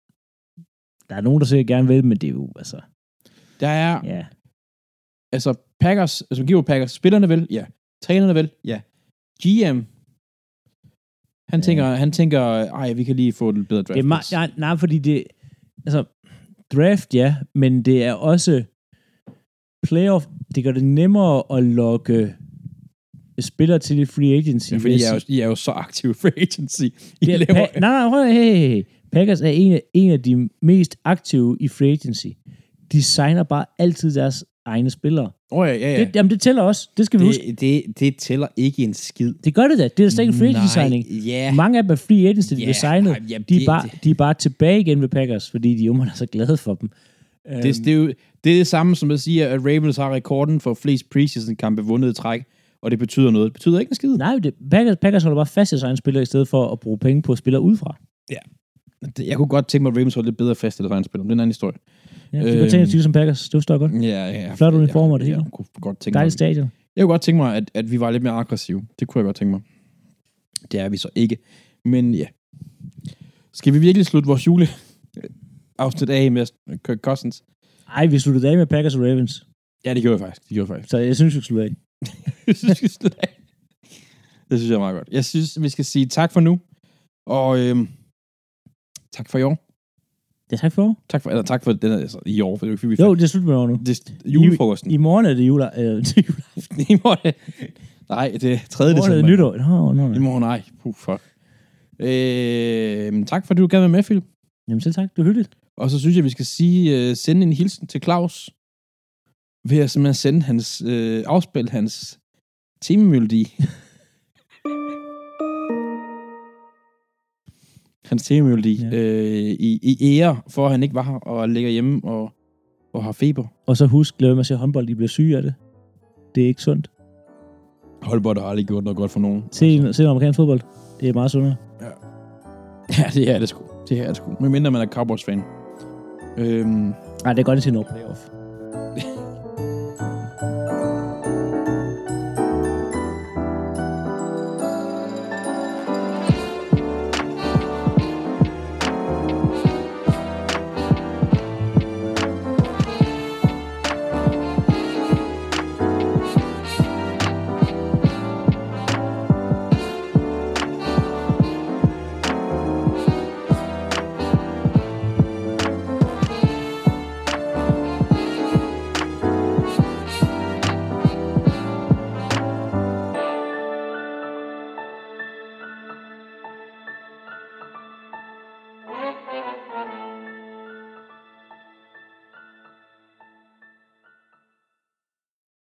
der er nogen, der sikkert gerne vil, men det er jo, altså, Der er, ja. altså, Packers, altså giver Packers, spillerne vel? Ja. Trænerne vel? Ja. G M, han, ja. tænker, han tænker, ej, vi kan lige få et bedre draft. Det er ma- nej, nej, fordi det, altså, draft, ja, men det er også playoff, det gør det nemmere at lokke spillere til i free agency. Ja, fordi I er, jo, I er jo så aktive i free agency. I ja, laver... pa- nej, nej, hey, hey, hey. Packers er en af, en af de mest aktive i free agency. De signer bare altid deres egne spillere. Åh oh, ja, ja, ja. Det, jamen, det tæller også. Det skal vi det, huske. Det, det tæller ikke en skid. Det gør det da. Det er da stadig en free agency signing. Yeah. Mange af dem er free agency, de yeah. bliver signet. Nej, jamen, de, er det, bare, de er bare tilbage igen ved Packers, fordi de ummer er så glade for dem. Det, det, er jo, det er det samme, som at sige, at Ravens har rekorden for flest preseason-kampe vundet i træk, og det betyder noget. Det betyder ikke en skid. Nej, det, Packers, Packers holder bare fast i sig en spiller, i stedet for at bruge penge på spillere udefra. Ja. Jeg kunne godt tænke mig, at Ravens holdt lidt bedre fast i deres egen spiller. Det er en anden historie. Ja, du øhm, kan tænke dig som Packers. Det forstår jeg godt. Ja, ja. Flot uniformer, det hele. Jeg kunne godt tænke Dejligt stadion. Jeg kunne godt tænke mig, at, at vi var lidt mere aggressive. Det kunne jeg godt tænke mig. Det er vi så ikke. Men ja. Skal vi virkelig slutte vores jule afsnit af med Kirk Cousins? Ej, vi sluttede af med Packers og Ravens. Ja, det gjorde jeg faktisk. Det gjorde jeg faktisk. Så jeg synes, vi skal slutte af. jeg synes, vi skal slutte af. Det synes jeg er meget godt. Jeg synes, vi skal sige tak for nu. Og øhm, tak for i år. Ja, tak for i år. Tak for, eller tak for den altså, i år. For det er, vi jo, det er slut med år nu. Det er julefrokosten. I, I morgen er det jule, øh, juleaften. I morgen nej, det er tredje december. I morgen er det nytår. No, no, no. I morgen, nej. Puh, fuck. Øh, tak for, at du gad være med, Philip. Jamen selv tak. Det er hyggeligt. Og så synes jeg, vi skal sige, uh, sende en hilsen til Claus ved at simpelthen sende hans, uh, afspil hans tememelodi. hans tememelodi ja. uh, i, i ære, for at han ikke var her og ligger hjemme og, og har feber. Og så husk, lad mig at se håndbold, de bliver syge af det. Det er ikke sundt. Håndbold har aldrig gjort noget godt for nogen. Se, altså. se amerikansk fodbold. Det er meget sundere. Ja, ja det er det sgu. Det er det sgu. Men mindre man er Cowboys-fan. Øhm. Nej, det er godt, at se noget playoff.